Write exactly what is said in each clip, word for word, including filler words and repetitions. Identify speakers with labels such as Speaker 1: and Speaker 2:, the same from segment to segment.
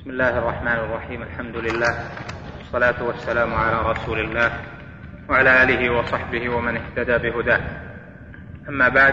Speaker 1: بسم الله الرحمن الرحيم. الحمد لله والصلاة والسلام على رسول الله وعلى آله وصحبه ومن اهتدى بهداه. أما بعد،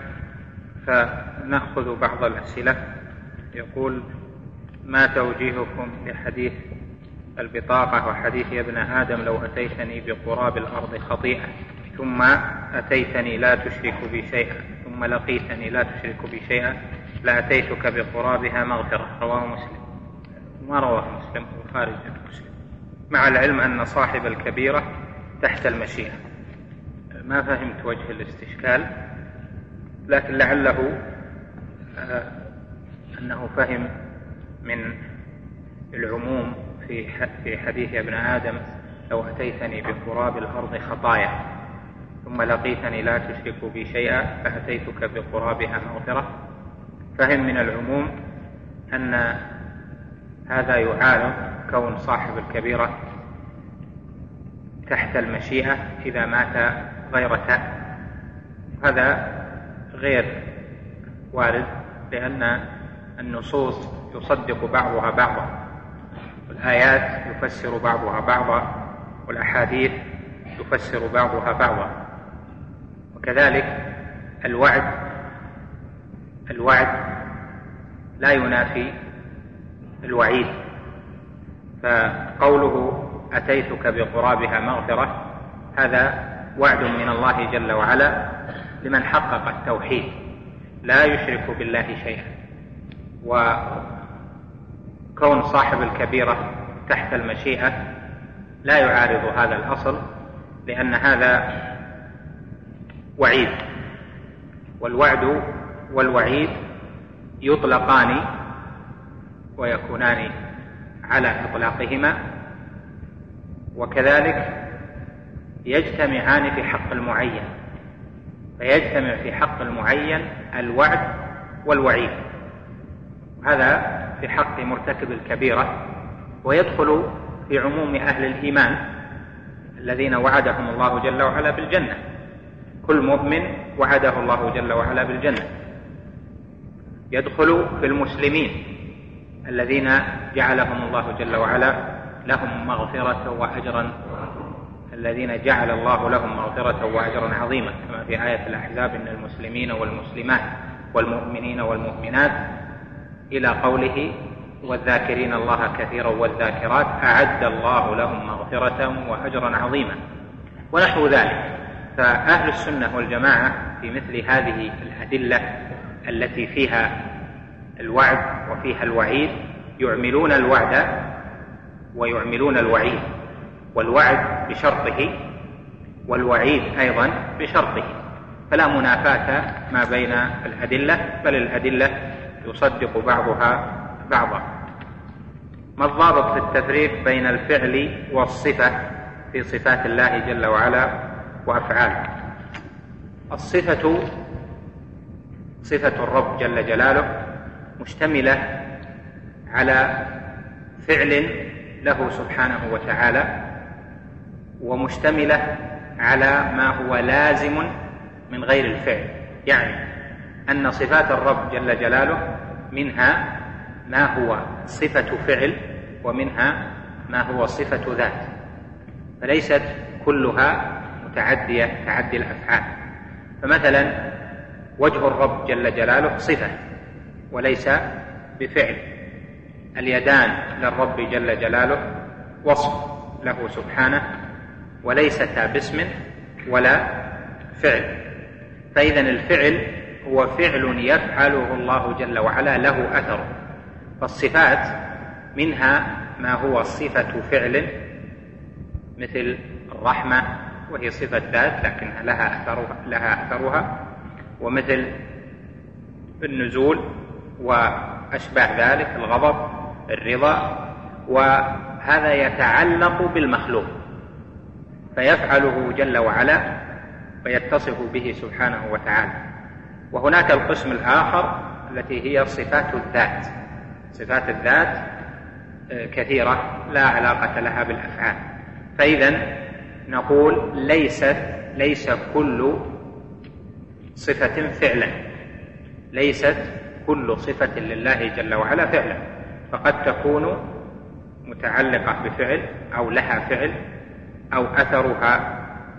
Speaker 1: فنأخذ بعض الأسئلة. يقول: ما توجيهكم لحديث البطاقة وحديث يا ابن آدم لو أتيتني بقراب الأرض خطيئة ثم أتيتني لا تشرك بي شيئا ثم لقيتني لا تشرك بي شيئا لأتيتك بقرابها مغفرة؟ رواه مسلم. ما رواه مسلم وخارج مسلم، مع العلم أن صاحب الكبيرة تحت المشيئة. ما فهمت وجه الاستشكال، لكن لعله آه أنه فهم من العموم في في حديث يا ابن آدم لو أتيتني بقراب الأرض خطايا ثم لقيتني لا تشرك بي شيئا فأتيتك بقرابها مغفرة. فهم من العموم أن هذا يعارض كون صاحب الكبيرة تحت المشيئة إذا مات غير تائب. هذا غير وارد، لأن النصوص يصدق بعضها بعضا، والآيات يفسر بعضها بعضا، والأحاديث يفسر بعضها بعضا. وكذلك الوعد الوعد لا ينافي الوعيد، فقوله أتيتك بقرابها مغفرة هذا وعد من الله جل وعلا لمن حقق التوحيد لا يشرك بالله شيئا. وكون صاحب الكبيرة تحت المشيئة لا يعارض هذا الأصل، لأن هذا وعيد، والوعد والوعيد يطلقان ويكونان على إطلاقهما، وكذلك يجتمعان في حق المعين، فيجتمع في حق المعين الوعد والوعيد. هذا في حق مرتكب الكبيرة، ويدخل في عموم أهل الإيمان الذين وعدهم الله جل وعلا بالجنة. كل مؤمن وعده الله جل وعلا بالجنة. يدخل في المسلمين الذين جعلهم الله جل وعلا لهم مغفرة وأجرا الذين جعل الله لهم مغفرة وأجرا عظيما، كما في آية الأحزاب: إن المسلمين والمسلمات والمؤمنين والمؤمنات، إلى قوله: والذاكرين الله كثيرا والذاكرات أعد الله لهم مغفرة وأجرا عظيما، ونحو ذلك. فأهل السنة والجماعة في مثل هذه الأدلة التي فيها الوعد وفيها الوعيد يعملون الوعد ويعملون الوعيد، والوعد بشرطه والوعيد أيضا بشرطه، فلا منافاة ما بين الأدلة، بل الأدلة يصدق بعضها بعضا. ما الضابط في التفريق بين الفعل والصفة في صفات الله جل وعلا وأفعاله؟ الصفة صفة الرب جل جلاله مشتملة على فعل له سبحانه وتعالى، ومشتملة على ما هو لازم من غير الفعل. يعني أن صفات الرب جل جلاله منها ما هو صفة فعل ومنها ما هو صفة ذات، فليست كلها متعدية تعدي الأفعال. فمثلا وجه الرب جل جلاله صفة وليس بفعل، اليدان للرب جل جلاله وصف له سبحانه وليستا باسم ولا فعل. فإذا الفعل هو فعل يفعله الله جل وعلا له أثر. فالصفات منها ما هو صفة فعل مثل الرحمة، وهي صفة ذات لكنها لها أثرها, لها أثرها ومثل النزول وأشباه ذلك، الغضب، الرضا، وهذا يتعلق بالمخلوق فيفعله جل وعلا ويتصف به سبحانه وتعالى. وهناك القسم الآخر التي هي صفات الذات. صفات الذات كثيرة لا علاقة لها بالأفعال. فإذا نقول ليست ليس كل صفة فعلا، ليست كل صفة لله جل وعلا فعلا. فقد تكون متعلقة بفعل أو لها فعل أو أثرها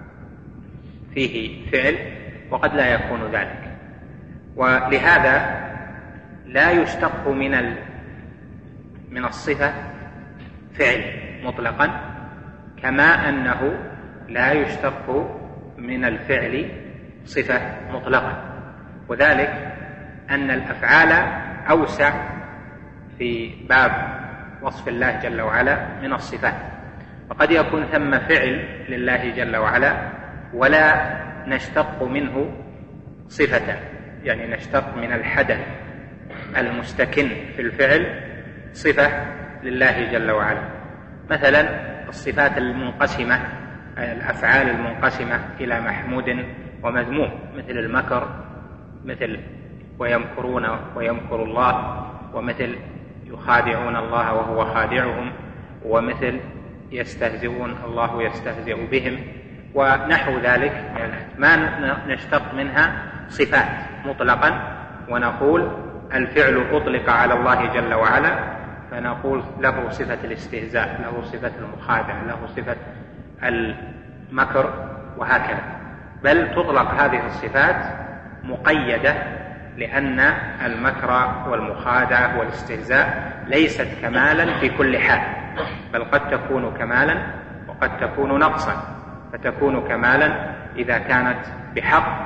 Speaker 1: فيه فعل، وقد لا يكون ذلك. ولهذا لا يشتق من من الصفة فعل مطلقا، كما أنه لا يشتق من الفعل صفة مطلقا، وذلك أن الأفعال أوسع في باب وصف الله جل وعلا من الصفات. وقد يكون ثم فعل لله جل وعلا ولا نشتق منه صفة، يعني نشتق من الحدث المستكن في الفعل صفة لله جل وعلا. مثلا الصفات المنقسمة، الأفعال المنقسمة إلى محمود ومذموم، مثل المكر، مثل ويمكرون ويمكر الله، ومثل يخادعون الله وهو خادعهم، ومثل يستهزئون الله يستهزئ بهم، ونحو ذلك. ما نشتق منها صفات مطلقا ونقول الفعل أطلق على الله جل وعلا فنقول له صفة الاستهزاء، له صفة المخادع، له صفة المكر، وهكذا. بل تطلق هذه الصفات مقيدة، لأن المكر والمخادعة والاستهزاء ليست كمالا في كل حال، بل قد تكون كمالا وقد تكون نقصا. فتكون كمالا إذا كانت بحق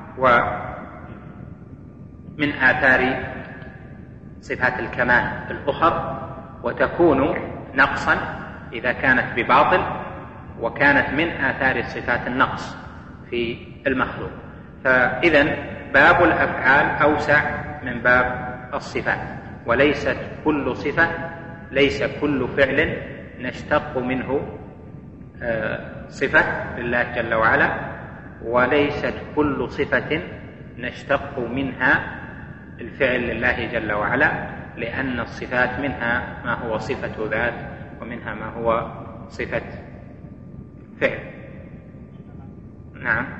Speaker 1: ومن آثار صفات الكمال الأخر، وتكون نقصا إذا كانت بباطل وكانت من آثار صفات النقص في المخلوق. فإذن باب الأفعال أوسع من باب الصفات، وليست كل صفة، ليس كل فعل نشتق منه صفة لله جل وعلا، وليست كل صفة نشتق منها الفعل لله جل وعلا، لأن الصفات منها ما هو صفة ذات ومنها ما هو صفة فعل. نعم،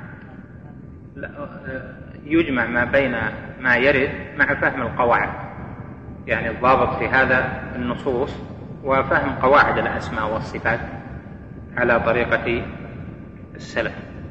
Speaker 1: يجمع ما بين ما يرد مع فهم القواعد، يعني الضابط في هذا النصوص وفهم قواعد الأسماء والصفات على طريقة السلف.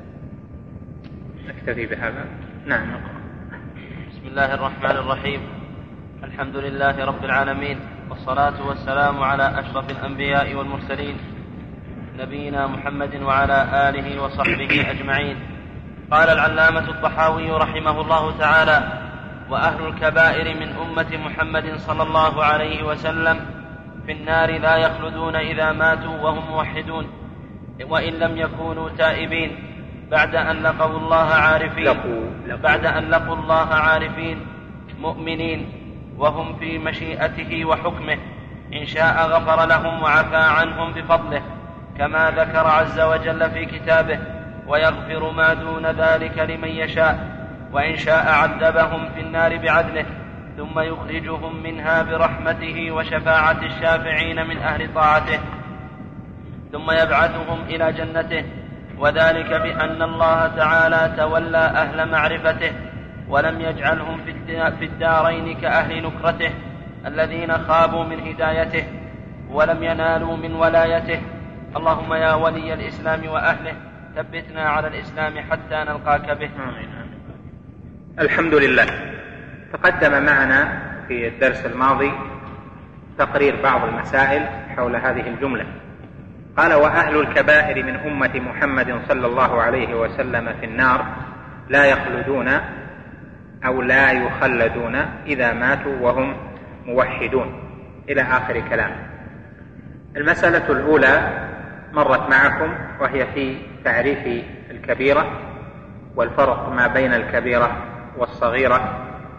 Speaker 1: نكتفي بهذا. نعم.
Speaker 2: بسم الله الرحمن الرحيم. الحمد لله رب العالمين، والصلاة والسلام على أشرف الأنبياء والمرسلين، نبينا محمد وعلى آله وصحبه أجمعين. قال العلامة الطحاوي رحمه الله تعالى: وأهل الكبائر من أمة محمد صلى الله عليه وسلم في النار لا يخلدون إذا ماتوا وهم موحدون، وإن لم يكونوا تائبين بعد أن لقوا الله عارفين بعد أن لقوا الله عارفين مؤمنين، وهم في مشيئته وحكمه، إن شاء غفر لهم وعفى عنهم بفضله، كما ذكر عز وجل في كتابه: ويغفر ما دون ذلك لمن يشاء، وإن شاء عذبهم في النار بعدله، ثم يخرجهم منها برحمته وشفاعة الشافعين من أهل طاعته، ثم يبعثهم إلى جنته، وذلك بأن الله تعالى تولى أهل معرفته ولم يجعلهم في الدارين كأهل نكرته الذين خابوا من هدايته ولم ينالوا من ولايته. اللهم يا ولي الإسلام وأهله ثبتنا على الإسلام حتى نلقاك به.
Speaker 1: آمين. الحمد لله. تقدم معنا في الدرس الماضي تقرير بعض المسائل حول هذه الجملة. قال: وأهل الكبائر من أمة محمد صلى الله عليه وسلم في النار لا يخلدون أو لا يخلدون إذا ماتوا وهم موحدون، إلى آخر كلام. المسألة الأولى مرت معكم، وهي في تعريف الكبيرة والفرق ما بين الكبيرة والصغيرة،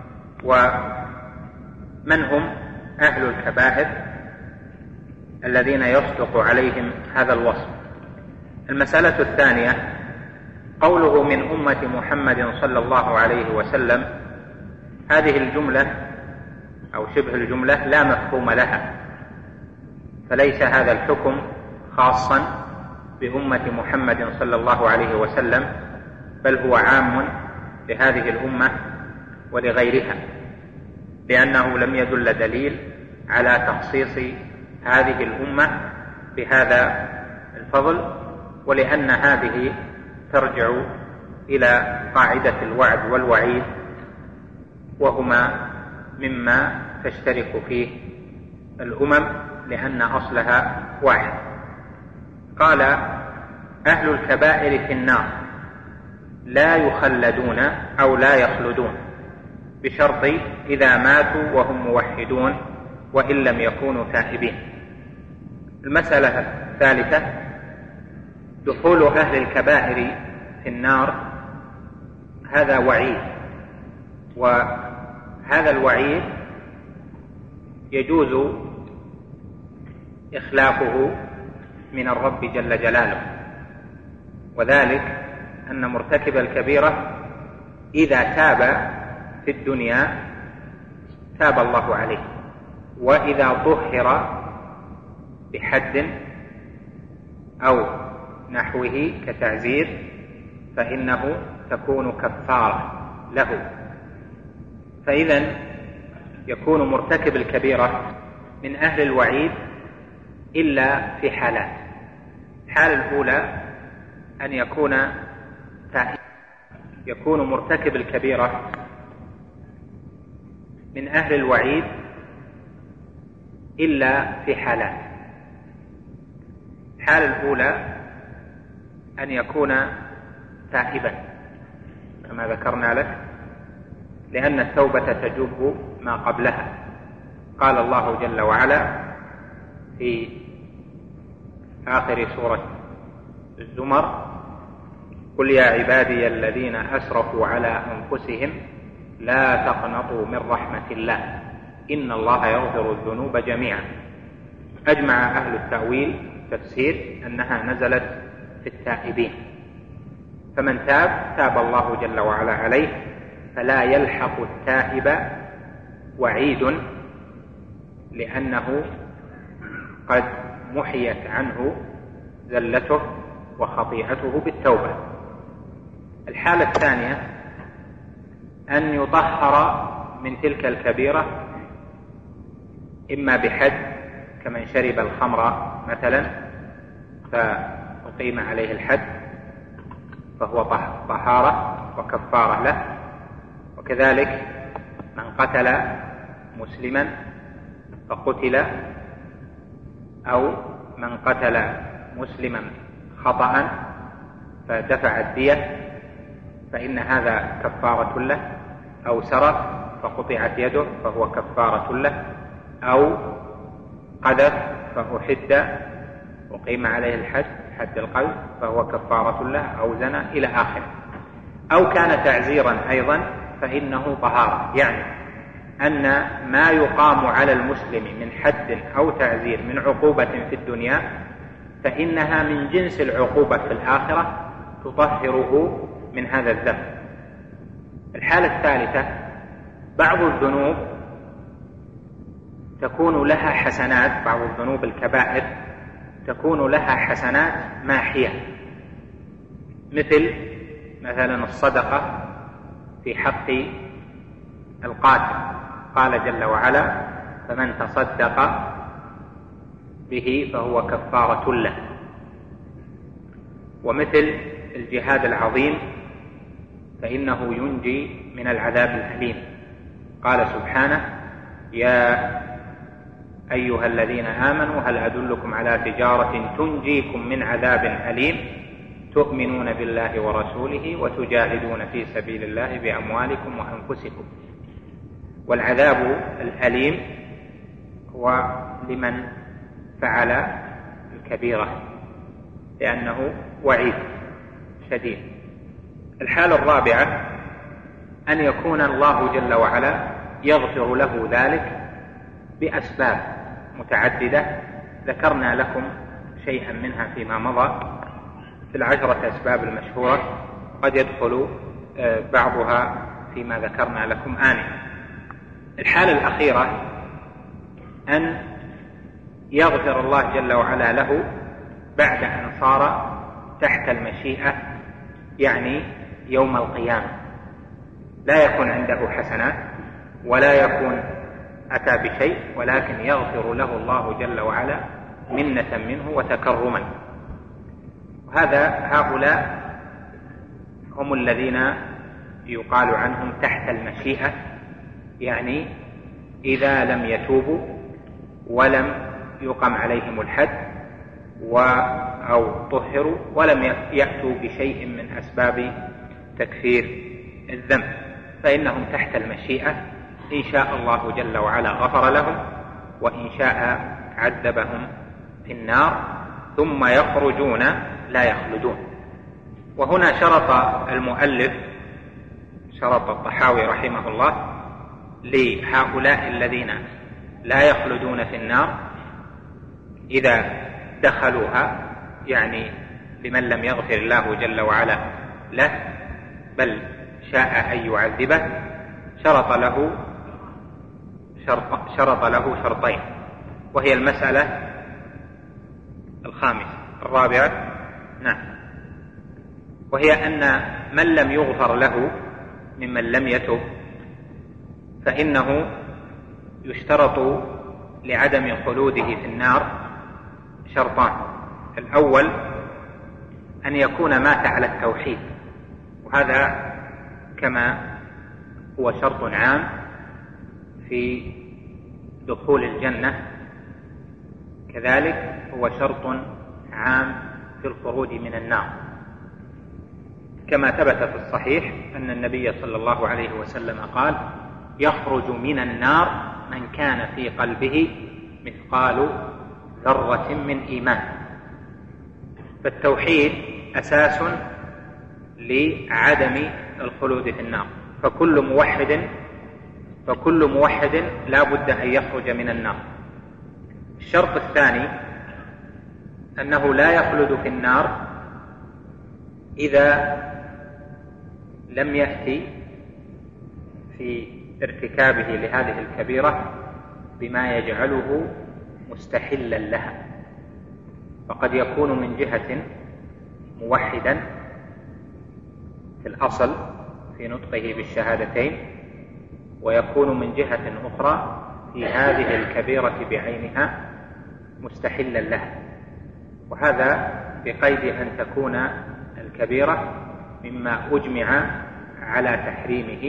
Speaker 1: ومن هم أهل الكبائر الذين يصدق عليهم هذا الوصف. المسألة الثانية قوله من أمة محمد صلى الله عليه وسلم، هذه الجملة أو شبه الجملة لا مفهوم لها، فليس هذا الحكم خاصا بأمة محمد صلى الله عليه وسلم، بل هو عام لهذه الأمة ولغيرها، لأنه لم يدل دليل على تخصيص هذه الأمة بهذا الفضل، ولأن هذه ترجع إلى قاعدة الوعد والوعيد، وهما مما تشترك فيه الأمم لأن أصلها واحد. قال: أهل الكبائر في النار لا يخلدون أو لا يخلدون بشرط إذا ماتوا وهم موحدون وإن لم يكونوا تائبين. المسألة الثالثة: دخول أهل الكبائر في النار هذا وعيد، وهذا الوعيد يجوز إخلافه من الرب جل جلاله، وذلك أن مرتكب الكبيرة إذا تاب في الدنيا تاب الله عليه، وإذا طهر بحد أو نحوه كتعزير فإنه تكون كفارة له. فإذا يكون مرتكب الكبيرة من أهل الوعيد إلا في حالات. الحالة الأولى أن يكون تائب، يكون مرتكب الكبيرة من أهل الوعيد إلا في حالات. الحالة الأولى أن يكون تائبا كما ذكرنا لك، لأن التوبة تجب ما قبلها. قال الله جل وعلا في آخر سورة الزمر: قل يا عبادي الذين أسرفوا على أنفسهم لا تقنطوا من رحمة الله إن الله يغفر الذنوب جميعا. أجمع أهل التأويل تفسير أنها نزلت في التائبين، فمن تاب تاب الله جل وعلا عليه، فلا يلحق التائب وعيد لأنه قد محيت عنه زلته وخطيئته بالتوبة. الحالة الثانية أن يطهر من تلك الكبيرة إما بحد كمن شرب الخمر مثلا فأقيم عليه الحد فهو طهارة وكفارة له، وكذلك من قتل مسلما فقتل، أو من قتل مسلما خطأ فدفع الدية فإن هذا كفارة له، أو سرق فقطعت يده فهو كفارة له، أو قذف فأحد وقيم عليه الحد حد القذف فهو كفارة له، أو زنى إلى آخره، أو كان تعزيرا أيضا فإنه طهارة، يعني أن ما يقام على المسلم من حد أو تعزير من عقوبة في الدنيا فإنها من جنس العقوبة في الآخرة تطهره من هذا الذنب. الحالة الثالثة: بعض الذنوب تكون لها حسنات، بعض الذنوب الكبائر تكون لها حسنات ماحية، مثل مثلا الصدقة في حق القاتل، قال جل وعلا: فمن تصدق به فهو كفارة له. ومثل الجهاد العظيم فإنه ينجي من العذاب الأليم، قال سبحانه: يا أيها الذين آمنوا هل أدلكم على تجارة تنجيكم من عذاب أليم تؤمنون بالله ورسوله وتجاهدون في سبيل الله بأموالكم وأنفسكم. والعذاب الأليم هو لمن فعل الكبيرة لأنه وعيد شديد. الحالة الرابعة أن يكون الله جل وعلا يغفر له ذلك بأسباب متعددة ذكرنا لكم شيئا منها فيما مضى في العشرة أسباب المشهورة، قد يدخل بعضها فيما ذكرنا لكم آنفا. الحالة الأخيرة أن يغفر الله جل وعلا له بعد أن صار تحت المشيئة، يعني يوم القيامة لا يكون عنده حسنات ولا يكون أتى بشيء، ولكن يغفر له الله جل وعلا منة منه وتكرما. وهذا هؤلاء هم الذين يقال عنهم تحت المشيئة، يعني إذا لم يتوبوا ولم يقم عليهم الحد أو طهروا ولم يأتوا بشيء من أسباب تكفير الذنب، فإنهم تحت المشيئة، إن شاء الله جل وعلا غفر لهم، وإن شاء عذبهم في النار ثم يخرجون لا يخلدون. وهنا شرط المؤلف، شرط الطحاوي رحمه الله لهؤلاء الذين لا يخلدون في النار إذا دخلوها، يعني لمن لم يغفر الله جل وعلا له بل شاء أن يعذبه، شرط له شرط, شرط له شرطين، وهي المسألة الخامسة الرابعة نعم، وهي أن من لم يغفر له ممن لم يتب فإنه يشترط لعدم خلوده في النار شرطان. الأول أن يكون مات على التوحيد، وهذا كما هو شرط عام في دخول الجنة كذلك هو شرط عام في الخروج من النار، كما ثبت في الصحيح أن النبي صلى الله عليه وسلم قال: يخرج من النار من كان في قلبه مثقال ذرة من إيمان. فالتوحيد أساس لعدم الخلود في النار، فكل موحد فكل موحد لا بد أن يخرج من النار. الشرط الثاني أنه لا يخلد في النار إذا لم يأتي في ارتكابه لهذه الكبيرة بما يجعله مستحلا لها، فقد يكون من جهة موحدا في الأصل في نطقه بالشهادتين، ويكون من جهة أخرى في هذه الكبيرة بعينها مستحلا لها، وهذا بقيد أن تكون الكبيرة مما أجمع على تحريمه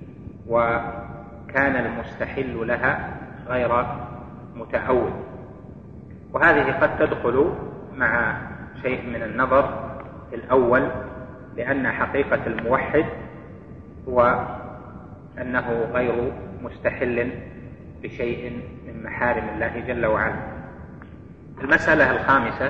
Speaker 1: وكان المستحل لها غير متعود. وهذه قد تدخل مع شيء من النظر في الأول، لأن حقيقة الموحد هو أنه غير مستحل بشيء من محارم الله جل وعلا. المسألة الخامسة: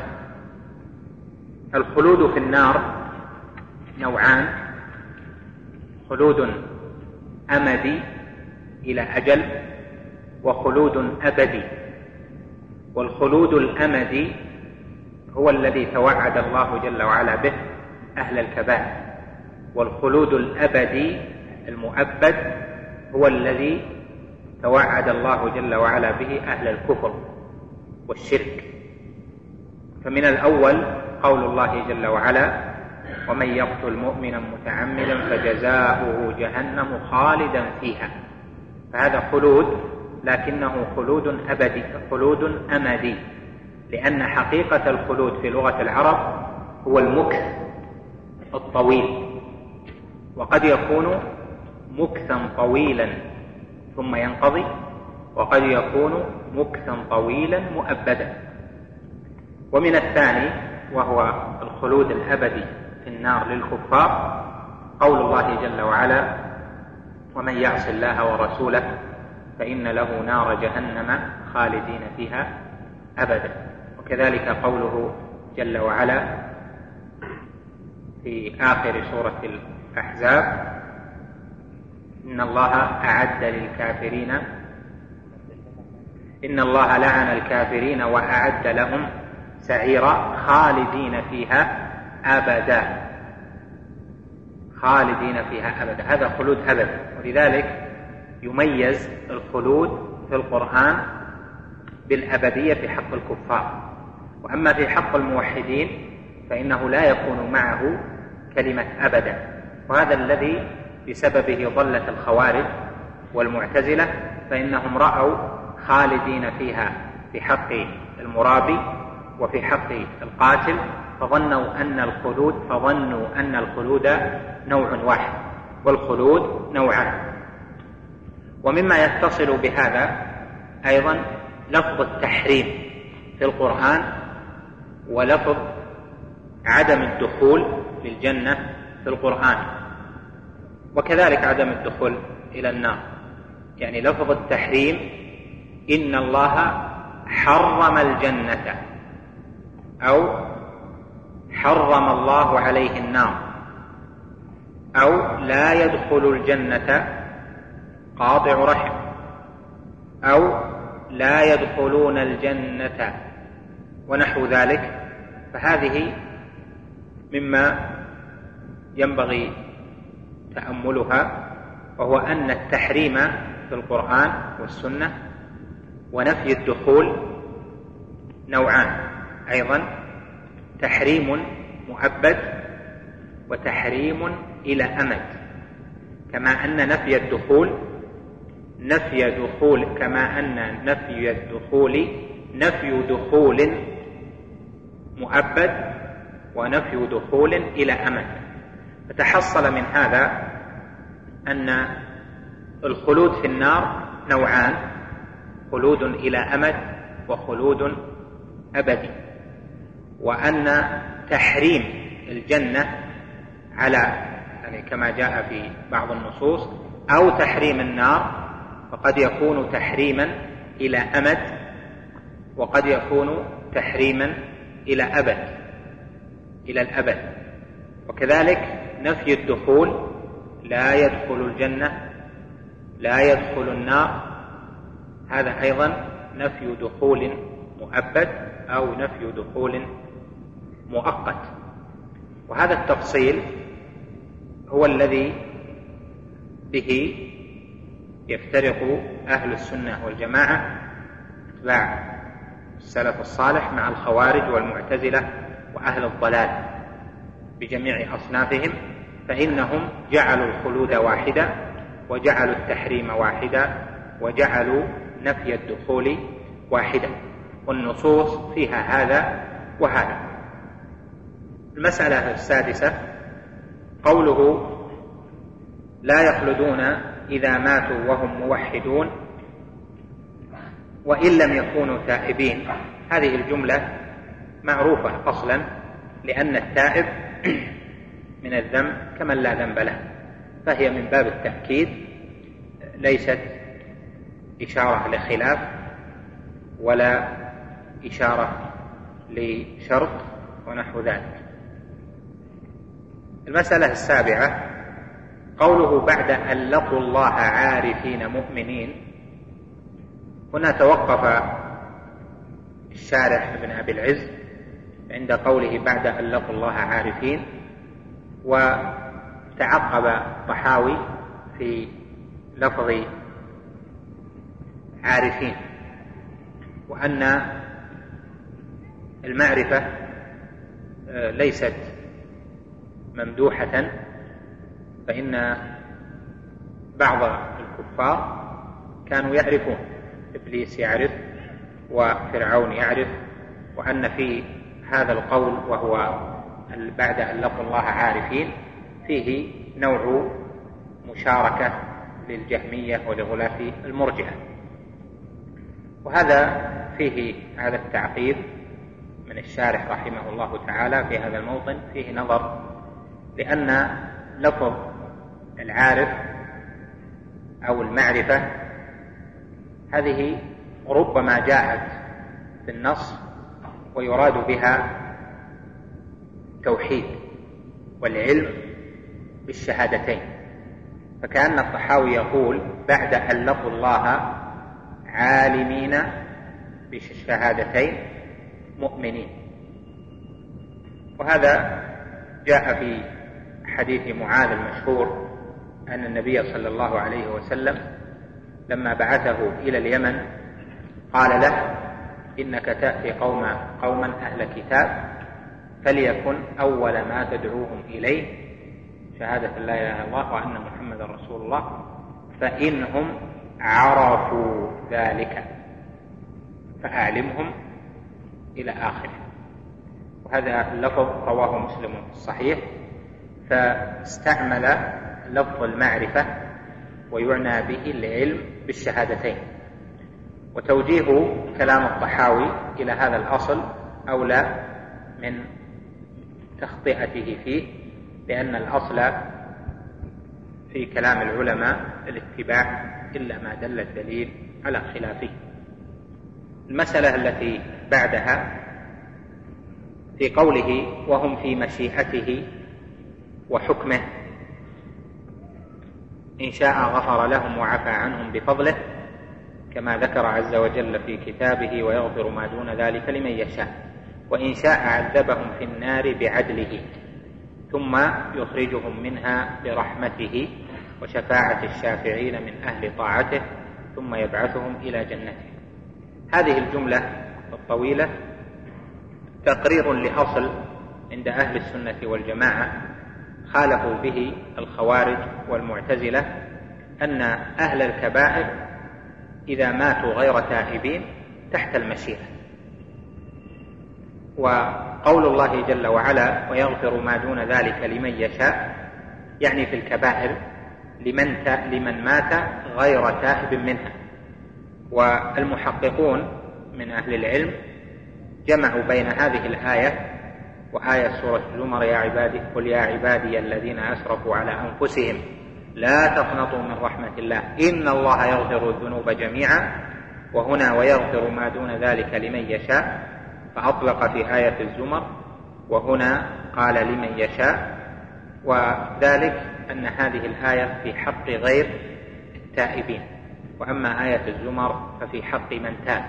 Speaker 1: الخلود في النار نوعان: خلود أمدي إلى أجل، وخلود أبدي. والخلود الأمدي هو الذي توعد الله جل وعلا به أهل الكبائر، والخلود الأبدي المؤبد هو الذي توعد الله جل وعلا به أهل الكفر والشرك. فمن الأول قول الله جل وعلا: ومن يقتل مؤمنا متعمدا فجزاؤه جهنم خالدا فيها. فهذا خلود، لكنه خلود أبدي، خلود أمدي، لأن حقيقة الخلود في لغة العرب هو المكث الطويل، وقد يكون مكثا طويلا ثم ينقضي، وقد يكون مكثا طويلا مؤبدا. ومن الثاني وهو الخلود الأبدي في النار للكفار قول الله جل وعلا: ومن يعص الله ورسوله فإن له نار جهنم خالدين فيها أبدا. وكذلك قوله جل وعلا في آخر سورة الأحزاب: إن الله أعد للكافرين إن الله لعن الكافرين وأعد لهم سعيرا خالدين فيها أبدا. خالدين فيها أبدا، هذا خلود أبد. ولذلك يميز الخلود في القرآن بالأبدية في حق الكفار، وأما في حق الموحدين فإنه لا يكون معه كلمة أبدا. وهذا الذي بسببه ضلت الخوارج والمعتزلة، فإنهم رأوا خالدين فيها في حق المرابي وفي حق القاتل، فظنوا أن الخلود فظنوا أن الخلود نوع واحد والخلود نوعان. ومما يتصل بهذا أيضا لفظ التحريم في القرآن ولفظ عدم الدخول للجنة في القرآن، وكذلك عدم الدخول إلى النار. يعني لفظ التحريم إن الله حرم الجنة أو حرم الله عليه النار، أو لا يدخل الجنة قاطع رحم، أو لا يدخلون الجنة ونحو ذلك. فهذه مما ينبغي تأملها، وهو أن التحريم في القرآن والسنة ونفي الدخول نوعان أيضا: تحريم مؤبد وتحريم إلى أمد. كما أن نفي الدخول نفي دخول كما أن نفي الدخول نفي دخول مؤبد ونفي دخول إلى أمد. فتحصل من هذا أن الخلود في النار نوعان: خلود إلى أمد وخلود أبدي. وأن تحريم الجنة على يعني كما جاء في بعض النصوص أو تحريم النار فقد يكون تحريما إلى أمد وقد يكون تحريما إلى أبد إلى الأبد. وكذلك نفي الدخول: لا يدخل الجنة لا يدخل النار، هذا أيضا نفي دخول مؤبد أو نفي دخول مؤقت. وهذا التفصيل هو الذي به يفترق أهل السنة والجماعة اتباع السلف الصالح مع الخوارج والمعتزلة وأهل الضلال بجميع أصنافهم، فإنهم جعلوا الخلود واحدا وجعلوا التحريم واحدا وجعلوا نفي الدخول واحدا، والنصوص فيها هذا وهذا. المسألة السادسة قوله: لا يخلدون إذا ماتوا وهم موحدون وإن لم يكونوا تائبين. هذه الجملة معروفة أصلا، لأن التائب من الذنب كمن لا ذنب له، فهي من باب التأكيد، ليست إشارة لخلاف ولا إشارة لشرط ونحو ذلك. المسألة السابعة قوله: بعد أن لقوا الله عارفين مؤمنين. هنا توقف الشارح ابن أبي العز عند قوله بعد أن لقوا الله عارفين، وتعقب الطحاوي في لفظ عارفين، وأن المعرفة ليست ممدوحة، فإن بعض الكفار كانوا يعرفون، إبليس يعرف وفرعون يعرف، وأن في هذا القول وهو بعد أن لقوا الله عارفين فيه نوع مشاركة للجهمية ولغلاة المرجئة. وهذا فيه هذا التعقيب من الشارح رحمه الله تعالى في هذا الموطن فيه نظر، لأن لفظ العارف أو المعرفة هذه ربما جاءت في النص ويراد بها توحيد والعلم بالشهادتين، فكأن الطحاوي يقول بعد أن لقوا الله عالمين بالشهادتين مؤمنين. وهذا جاء في حديث معاذ المشهور أن النبي صلى الله عليه وسلم لما بعثه إلى اليمن قال له: إنك تأتي قوم قوما أهل كتاب فليكن أول ما تدعوهم إليه شهادة لا إله إلا الله وأن محمد رسول الله، فإنهم عرفوا ذلك فأعلمهم إلى آخره. وهذا اللفظ رواه مسلم في الصحيح، فاستعمل لفظ المعرفة ويعنى به العلم بالشهادتين. وتوجيه كلام الطحاوي إلى هذا الأصل أولى من تخطئته فيه، لأن الأصل في كلام العلماء الاتباع إلا ما دل الدليل على خلافه. المسألة التي بعدها في قوله وهم في مشيئته وحكمه، إن شاء غفر لهم وعفى عنهم بفضله كما ذكر عز وجل في كتابه ويغفر ما دون ذلك لمن يشاء، وإن شاء عذبهم في النار بعدله ثم يخرجهم منها برحمته وشفاعة الشافعين من أهل طاعته ثم يبعثهم إلى جنته. هذه الجملة الطويلة تقرير لأصل عند أهل السنة والجماعة خالفوا به الخوارج والمعتزلة، أن أهل الكبائر إذا ماتوا غير تائبين تحت المشيئة. وقول الله جل وعلا ويغفر ما دون ذلك لمن يشاء يعني في الكبائر لمن, لمن مات غير تائب منها. والمحققون من أهل العلم جمعوا بين هذه الآية وآية سورة الزمر يا عبادي قل يا عبادي الذين أسرفوا على أنفسهم لا تقنطوا من رحمة الله إن الله يغفر الذنوب جميعا، وهنا ويغفر ما دون ذلك لمن يشاء، فأطلق في آية الزمر وهنا قال لمن يشاء. وذلك أن هذه الآية في حق غير التائبين، وأما آية الزمر ففي حق من تاب،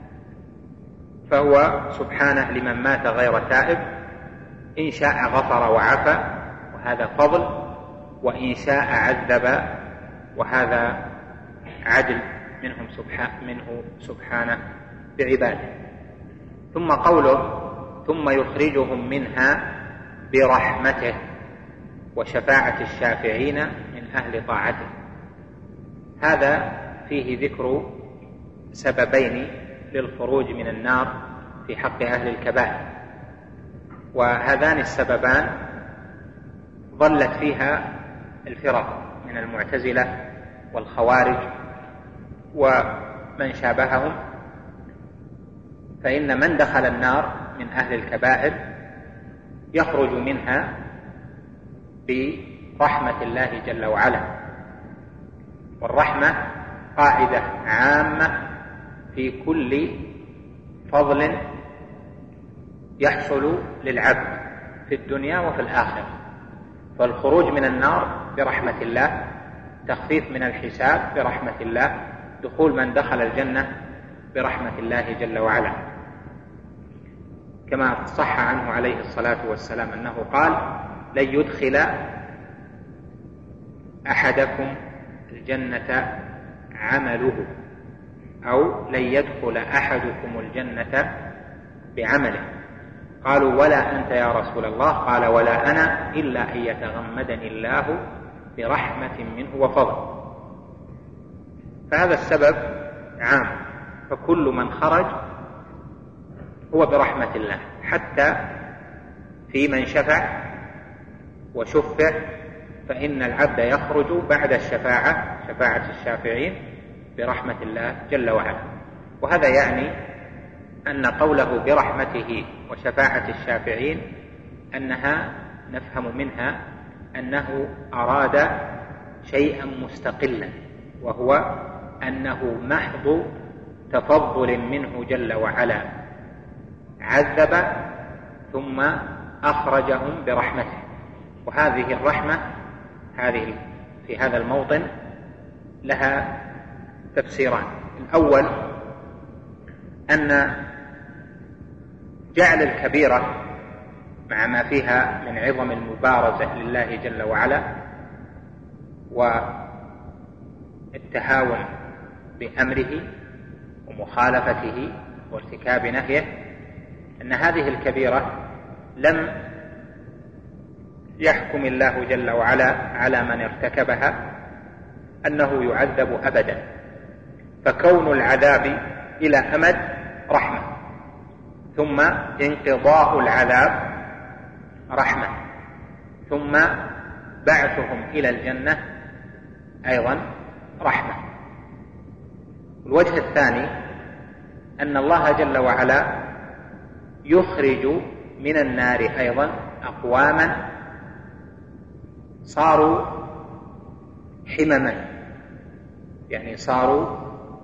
Speaker 1: فهو سبحانه لمن مات غير تائب إن شاء غفر وعفى وهذا فضل، وإن شاء عذب وهذا عدل منهم سبحانه, منه سبحانه بعباده. ثم قوله ثم يخرجهم منها برحمته وشفاعة الشافعين من أهل طاعته، هذا فيه ذكر سببين للخروج من النار في حق أهل الكبائر، وهذان السببان ظلت فيها الفرق من المعتزلة والخوارج ومن شابههم، فإن من دخل النار من أهل الكبائر يخرج منها برحمة الله جل وعلا. والرحمة قاعدة عامة في كل فضل يحصل للعبد في الدنيا وفي الآخرة، فالخروج من النار برحمة الله، تخفيف من الحساب برحمة الله، دخول من دخل الجنة برحمة الله جل وعلا، كما صح عنه عليه الصلاة والسلام أنه قال لن يدخل أحدكم الجنة عمله، أو لن يدخل أحدكم الجنة بعمله. قالوا ولا أنت يا رسول الله؟ قال ولا أنا إلا أن يتغمدني الله برحمة منه وفضل. فهذا السبب عام، فكل من خرج هو برحمة الله، حتى في من شفع وشفع فإن العبد يخرج بعد الشفاعة شفاعة الشافعين برحمة الله جل وعلا. وهذا يعني أن قوله برحمته وشفاعة الشافعين أنها نفهم منها أنه أراد شيئا مستقلا، وهو أنه محض تفضل منه جل وعلا عذب ثم أخرجهم برحمته. وهذه الرحمة هذه في هذا الموطن لها تفسيران. الأول أن جعل الكبيرة مع ما فيها من عظم المبارزة لله جل وعلا والتهاون بأمره ومخالفته وارتكاب نهيه، أن هذه الكبيرة لم يحكم الله جل وعلا على من ارتكبها أنه يعذب أبدا، فكون العذاب إلى أمد رحمة، ثم انقضاء العذاب رحمة، ثم بعثهم إلى الجنة أيضا رحمة. الوجه الثاني أن الله جل وعلا يخرج من النار أيضا أقواما صاروا حمما، يعني صاروا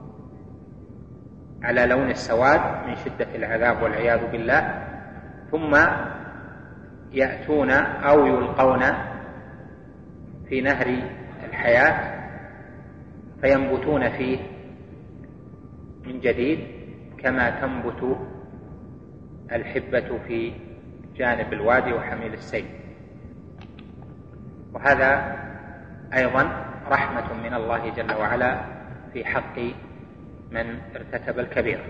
Speaker 1: على لون السواد من شدة العذاب والعياذ بالله، ثم يأتون أو يلقون في نهر الحياة فينبتون فيه من جديد كما تنبت الحبة في جانب الوادي وحميل السيل. وهذا أيضا رحمة من الله جل وعلا في حق من ارتكب الكبيرة.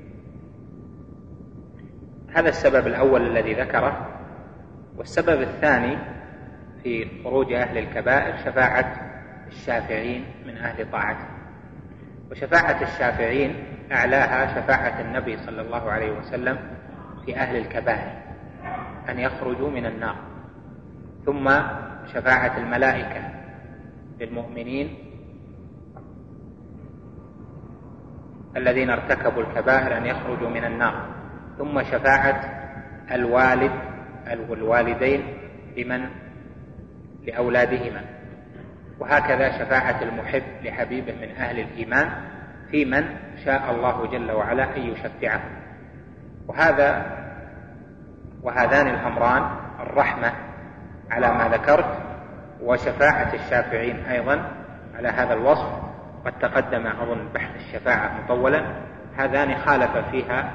Speaker 1: هذا السبب الأول الذي ذكره. والسبب الثاني في خروج أهل الكبائر شفاعة الشافعين من أهل طاعته. وشفاعة الشافعين أعلاها شفاعة النبي صلى الله عليه وسلم في أهل الكبائر أن يخرجوا من النار، ثم شفاعة الملائكة للمؤمنين الذين ارتكبوا الكبائر أن يخرجوا من النار، ثم شفاعة الوالد والوالدين لمن لأولادهما، وهكذا شفاعة المحب لحبيبه من أهل الإيمان في من شاء الله جل وعلا أن يشفعه. وهذا وهذان الأمران الرحمة على ما ذكرت، وشفاعة الشافعين أيضا على هذا الوصف، قد تقدم أظن بحث الشفاعة مطولا، هذان خالف فيها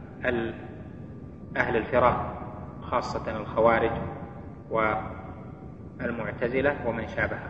Speaker 1: أهل الفراق خاصة الخوارج والمعتزلة ومن شابهها.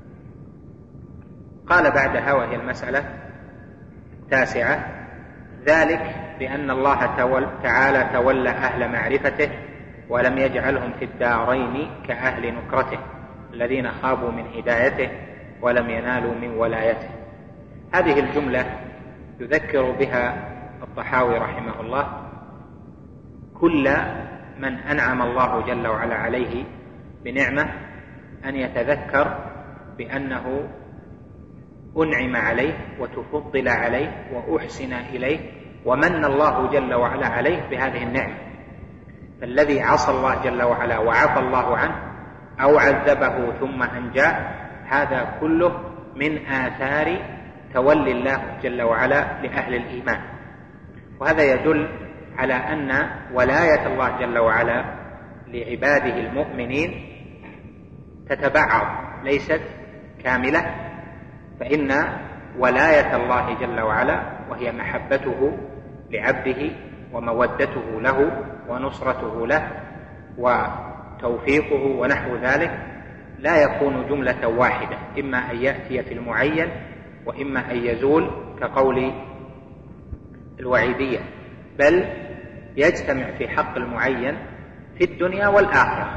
Speaker 1: قال بعدها وهي المسألة التاسعة: ذلك بأن الله تعالى تولى أهل معرفته ولم يجعلهم في الدارين كأهل نكرته الذين خابوا من هدايته ولم ينالوا من ولايته. هذه الجملة يذكر بها الطحاوي رحمه الله كل من أنعم الله جل وعلا عليه بنعمة أن يتذكر بأنه أنعم عليه وتفضل عليه وأحسن إليه ومن الله جل وعلا عليه بهذه النعمة. فالذي عصى الله جل وعلا وعفى الله عنه أو عذبه ثم أنجاه، هذا كله من آثار تولي الله جل وعلا لأهل الإيمان. وهذا يدل على أن ولاية الله جل وعلا لعباده المؤمنين تتبعض، ليست كاملة. فإن ولاية الله جل وعلا وهي محبته لعبده ومودته له ونصرته له وتوفيقه ونحو ذلك لا يكون جملة واحدة، إما أن يأتي في المعين وإما أن يزول كقول الوعيدية، بل يجتمع في حق المعين في الدنيا والآخرة،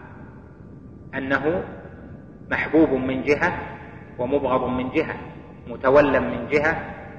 Speaker 1: أنه محبوب من جهة ومبغض من جهة، متولى من جهة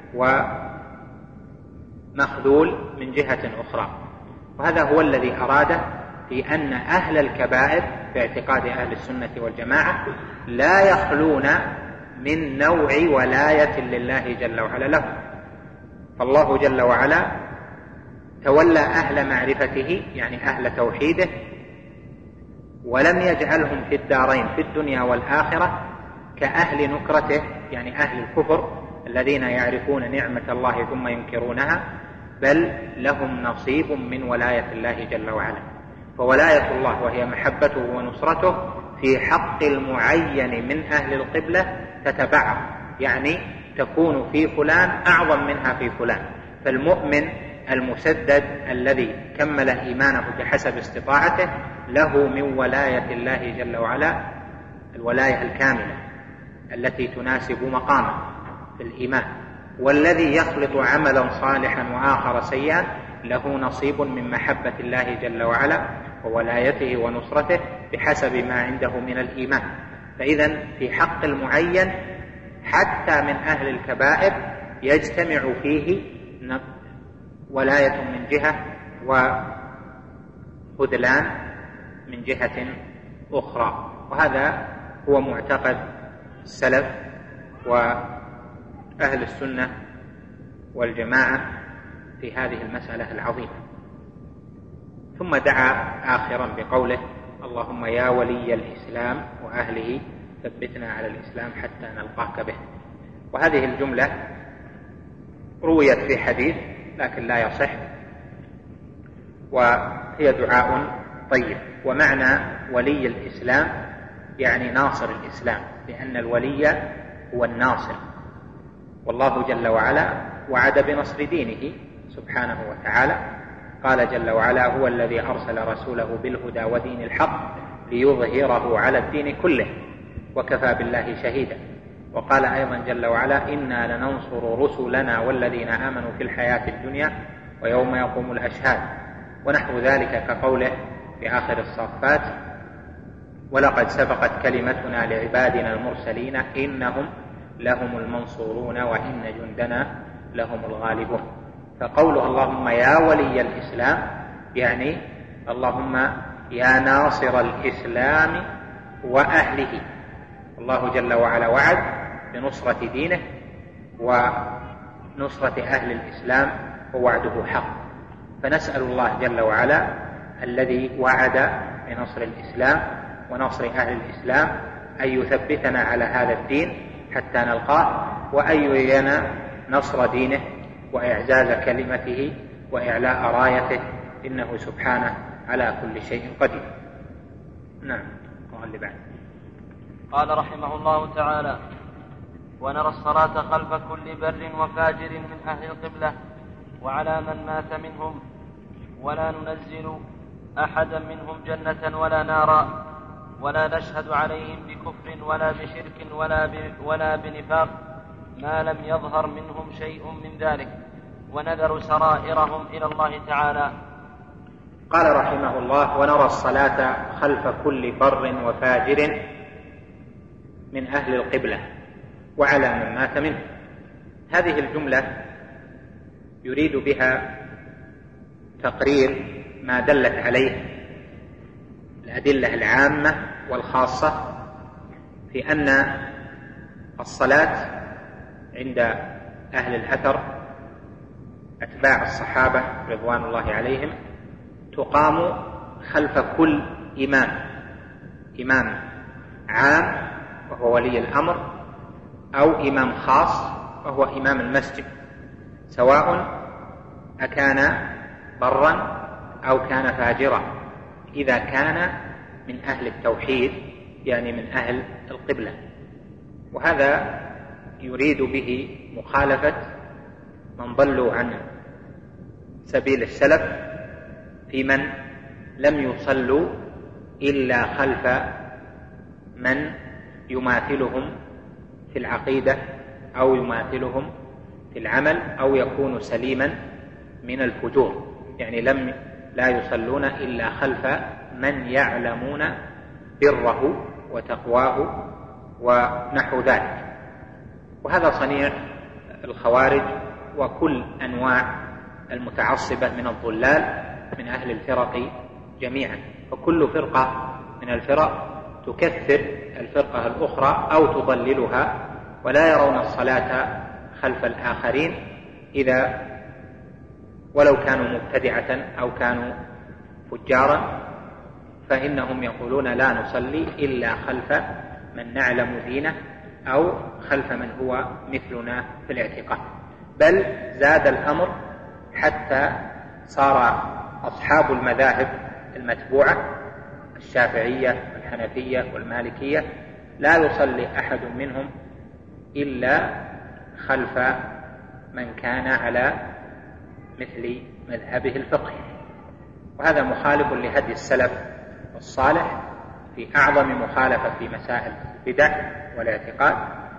Speaker 1: ومخذول من جهة أخرى. وهذا هو الذي أراده في أن أهل الكبائر في اعتقاد أهل السنة والجماعة لا يخلون من نوع ولاية لله جل وعلا له. فالله جل وعلا تولى أهل معرفته يعني أهل توحيده ولم يجعلهم في الدارين في الدنيا والآخرة كأهل نكرته يعني أهل الكفر الذين يعرفون نعمة الله ثم ينكرونها، بل لهم نصيب من ولاية الله جل وعلا. فولاية الله وهي محبته ونصرته في حق المعين من أهل القبلة تتبعض، يعني تكون في فلان أعظم منها في فلان. فالمؤمن المسدد الذي كمل إيمانه بحسب استطاعته له من ولاية الله جل وعلا الولاية الكاملة التي تناسب مقامه في الإيمان. والذي يخلط عملا صالحا وآخر سيئا له نصيب من محبة الله جل وعلا وولايته ونصرته بحسب ما عنده من الإيمان. فإذا في حق المعين حتى من أهل الكبائر يجتمع فيه ولاية من جهة وخذلان من جهة أخرى. وهذا هو معتقد السلف وأهل السنة والجماعة في هذه المسألة العظيمة. ثم دعا آخرا بقوله: اللهم يا ولي الإسلام وأهله ثبتنا على الإسلام حتى نلقاك به. وهذه الجملة رويت في حديث لكن لا يصح، وهي دعاء طيب. ومعنى ولي الإسلام يعني ناصر الإسلام، لأن الولي هو الناصر، والله جل وعلا وعد بنصر دينه سبحانه وتعالى. قال جل وعلا: هو الذي أرسل رسوله بالهدى ودين الحق ليظهره على الدين كله وكفى بالله شهيدا. وقال أيضا جل وعلا: إنا لننصر رسلنا والذين آمنوا في الحياة الدنيا ويوم يقوم الأشهاد. ونحو ذلك كقوله في آخر الصافات: ولقد سبقت كلمتنا لعبادنا المرسلين إنهم لهم المنصورون وإن جندنا لهم الغالبون. فقوله اللهم يا ولي الإسلام يعني اللهم يا ناصر الإسلام وأهله. الله جل وعلا وعد بنصرة دينه، ونصرة أهل الإسلام ووعده حق. فنسأل الله جل وعلا الذي وعد بنصر الإسلام ونصر أهل الإسلام أن يثبتنا على هذا الدين حتى نلقاه، وأن يرينا نصر دينه وإعزاز كلمته وإعلاء رايته، إنه سبحانه على كل شيء قدير. نعم. قال بعد.
Speaker 2: قال رحمه الله تعالى: ونرى الصلاة خلف كل بر وفاجر من أهل القبلة وعلى من مات منهم، ولا ننزل أحدا منهم جنة ولا نارا، ولا نشهد عليهم بكفر ولا بشرك ولا, ولا بنفاق ما لم يظهر منهم شيء من ذلك، ونذر سرائرهم إلى الله تعالى.
Speaker 1: قال رحمه الله: ونرى الصلاة خلف كل بر وفاجر من أهل القبلة وعلى من مات منه. هذه الجملة يريد بها تقرير ما دلت عليه الأدلة العامة والخاصة في أن الصلاة عند أهل الأثر أتباع الصحابة رضوان الله عليهم تقام خلف كل إمام، إمام عام وهو ولي الأمر، أو إمام خاص وهو إمام المسجد، سواء أكان برا أو كان فاجرا، إذا كان من أهل التوحيد يعني من أهل القبلة. وهذا يريد به مخالفة من ضلوا عن سبيل السلف في من لم يصلوا إلا خلف من يماثلهم في العقيدة أو يماثلهم في العمل أو يكون سليما من الفجور، يعني لم لا يصلون إلا خلف من يعلمون بره وتقواه ونحو ذلك. وهذا صنيع الخوارج وكل أنواع المتعصبة من الضلال من أهل الفرق جميعا. وكل فرقة من الفرق تكفر الفرقة الأخرى أو تضللها، ولا يرون الصلاة خلف الآخرين إذا ولو كانوا مبتدعة أو كانوا فجارا، فإنهم يقولون لا نصلي إلا خلف من نعلم دينه أو خلف من هو مثلنا في الاعتقاد. بل زاد الأمر حتى صار أصحاب المذاهب المتبوعة الشافعية والحنفية والمالكية لا يصلي أحد منهم إلا خلف من كان على مثل مذهبه الفقهي. وهذا مخالف لهدي السلف الصالح في أعظم مخالفة في مسائل البدع والاعتقاد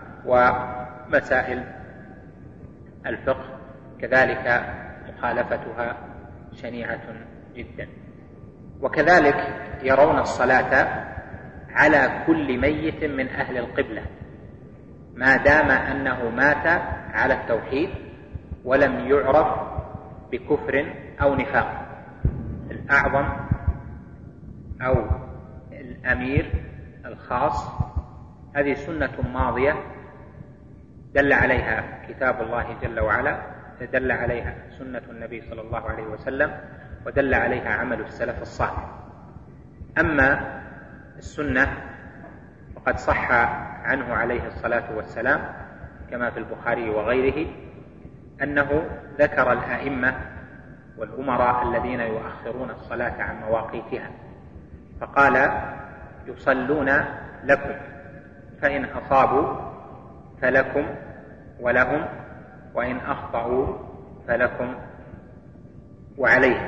Speaker 1: ومسائل الفقه، كذلك مخالفتها شنيعة جدا. وكذلك يرون الصلاة على كل ميت من أهل القبلة ما دام أنه مات على التوحيد ولم يعرف بكفر أو نفاق. الأعظم أو الأمير الخاص هذه سنة ماضية دل عليها كتاب الله جل وعلا، دل عليها سنة النبي صلى الله عليه وسلم، ودل عليها عمل السلف الصالح. أما السنة فقد صح عنه عليه الصلاة والسلام كما في البخاري وغيره أنه ذكر الأئمة والأمراء الذين يؤخرون الصلاة عن مواقيتها، فقال: يصلون لكم فإن أصابوا فلكم ولهم، وإن أخطأوا فلكم وعليهم.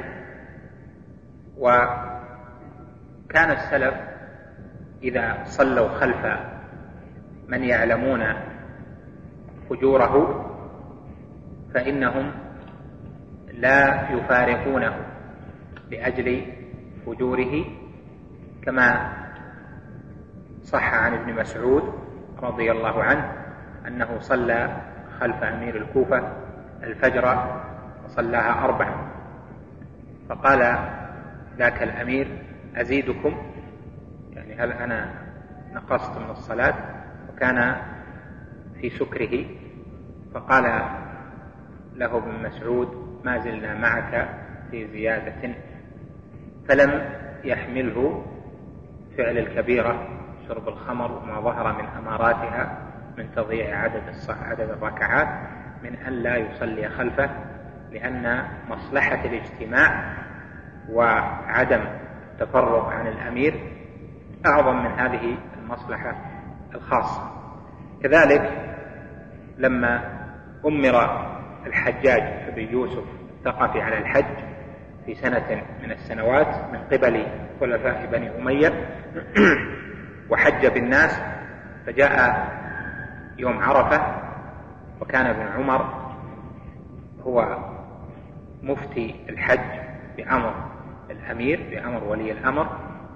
Speaker 1: وكان السلف إذا صلوا خلف من يعلمون فجوره فإنهم لا يفارقونه لأجل فجوره، كما صح عن ابن مسعود رضي الله عنه أنه صلى خلف أمير الكوفة الفجر وصلاها أربعا، فقال ذاك الأمير: أزيدكم؟ يعني هل أنا نقصت من الصلاة؟ وكان في سكره، فقال له ابن مسعود: ما زلنا معك في زيادة. فلم يحمله فعل الكبيرة شرب الخمر وما ظهر من أماراتها من تضييع عدد عدد الركعات من أن لا يصلي خلفه، لأن مصلحة الاجتماع وعدم التفرق عن الأمير أعظم من هذه المصلحة الخاصة. كذلك لما أمر الحجاج بن يوسف الثقفي على الحج في سنة من السنوات من قبل خلفاء بني أمية وحج بالناس، فجاء يوم عرفة وكان ابن عمر هو مفتي الحج بأمر الأمير بأمر ولي الأمر،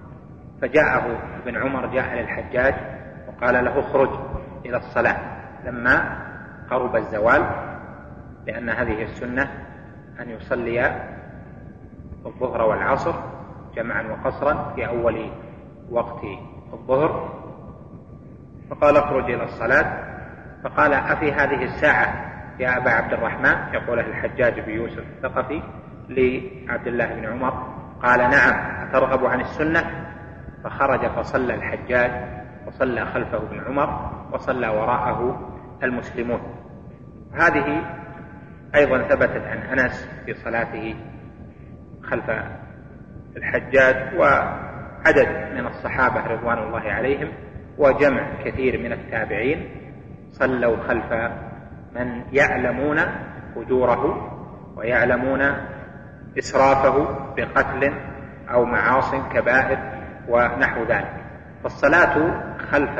Speaker 1: فجاءه ابن عمر جاء للحجاج وقال له: اخرج إلى الصلاة لما قرب الزوال، لأن هذه السنة أن يصلي الظهر والعصر جمعا وقصرا في أول وقت الظهر، فقال: اخرج إلى الصلاة. فقال: أفي هذه الساعة يا أبا عبد الرحمن؟ يقول الحجاج بن يوسف الثقفي لعبد الله بن عمر. قال: نعم، أترغب عن السنة؟ فخرج فصلى الحجاج وصلى خلفه ابن عمر وصلى وراءه المسلمون. هذه أيضا ثبتت عن أنس في صلاته خلف الحجاج، وعدد من الصحابة رضوان الله عليهم وجمع كثير من التابعين صلوا خلف من يعلمون فجوره ويعلمون إسرافه بقتل أو معاصٍ كبائر ونحو ذلك. فالصلاة خلف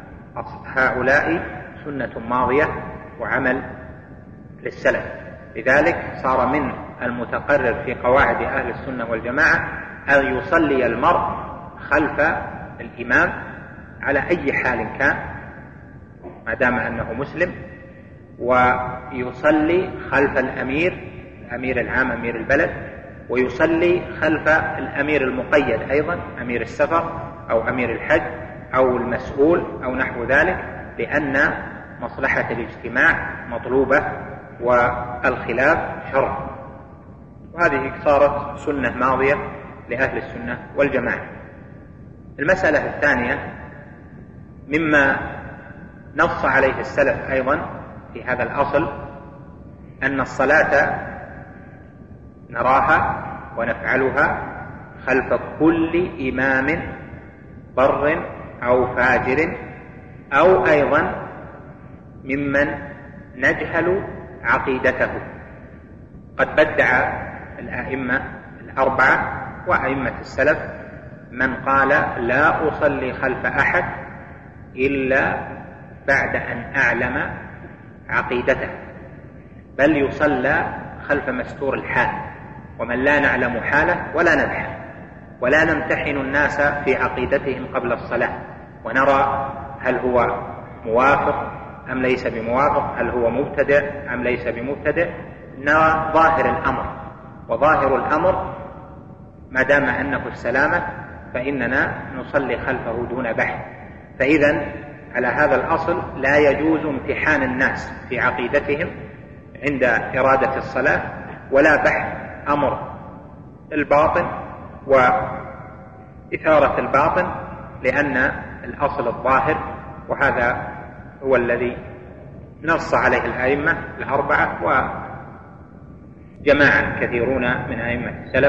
Speaker 1: هؤلاء سنة ماضية وعمل للسلف، لذلك صار من المتقرر في قواعد أهل السنة والجماعة أن يصلي المرء خلف الإمام على أي حال كان ما دام أنه مسلم، ويصلي خلف الأمير الأمير العام أمير البلد، ويصلي خلف الأمير المقيد أيضا أمير السفر أو أمير الحج أو المسؤول أو نحو ذلك، لأن مصلحة الاجتماع مطلوبة والخلاف شرع. وهذه صارت سنة ماضية لأهل السنة والجماعة. المسألة الثانية مما نص عليه السلف أيضا في هذا الأصل أن الصلاة نراها ونفعلها خلف كل إمام بر أو فاجر، أو أيضا ممن نجهل عقيدته. قد بدع الأئمة الأربعة وأئمة السلف من قال: لا أصلي خلف أحد إلا بعد أن أعلم عقيدته، بل يصلى خلف مستور الحال، ومن لا نعلم حاله ولا نبحث ولا نمتحن الناس في عقيدتهم قبل الصلاة ونرى هل هو موافق أم ليس بموافق، هل هو مبتدع أم ليس بمبتدع. نرى ظاهر الأمر، وظاهر الأمر ما دام أنه السلامة فإننا نصلي خلفه دون بحث. فإذا على هذا الأصل لا يجوز امتحان الناس في عقيدتهم عند إرادة الصلاة، ولا بحث أمر الباطن وإثارة الباطن، لأن الأصل الظاهر، وهذا هو الذي نص عليه الأئمة الأربعة وجماعة كثيرون من أئمة السلف،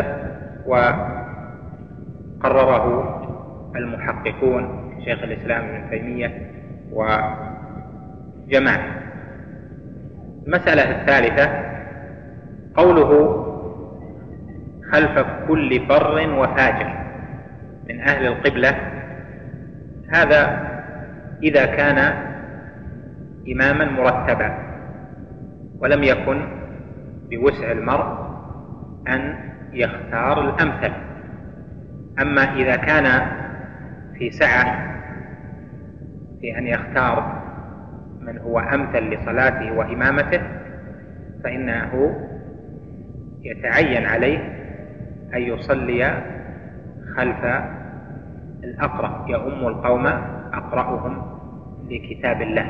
Speaker 1: وقرره المحققون شيخ الإسلام ابن تيمية وجماعة. المسألة الثالثة قوله خلف كل بر وفاجر من أهل القبلة، هذا إذا كان إماما مرتبا ولم يكن بوسع المرء أن يختار الأمثل. أما إذا كان في سعة في أن يختار من هو أمثل لصلاته وإمامته، فإنه يتعين عليه أن يصلي خلف الأقرأ، يؤم القوم أقرأهم لكتاب الله.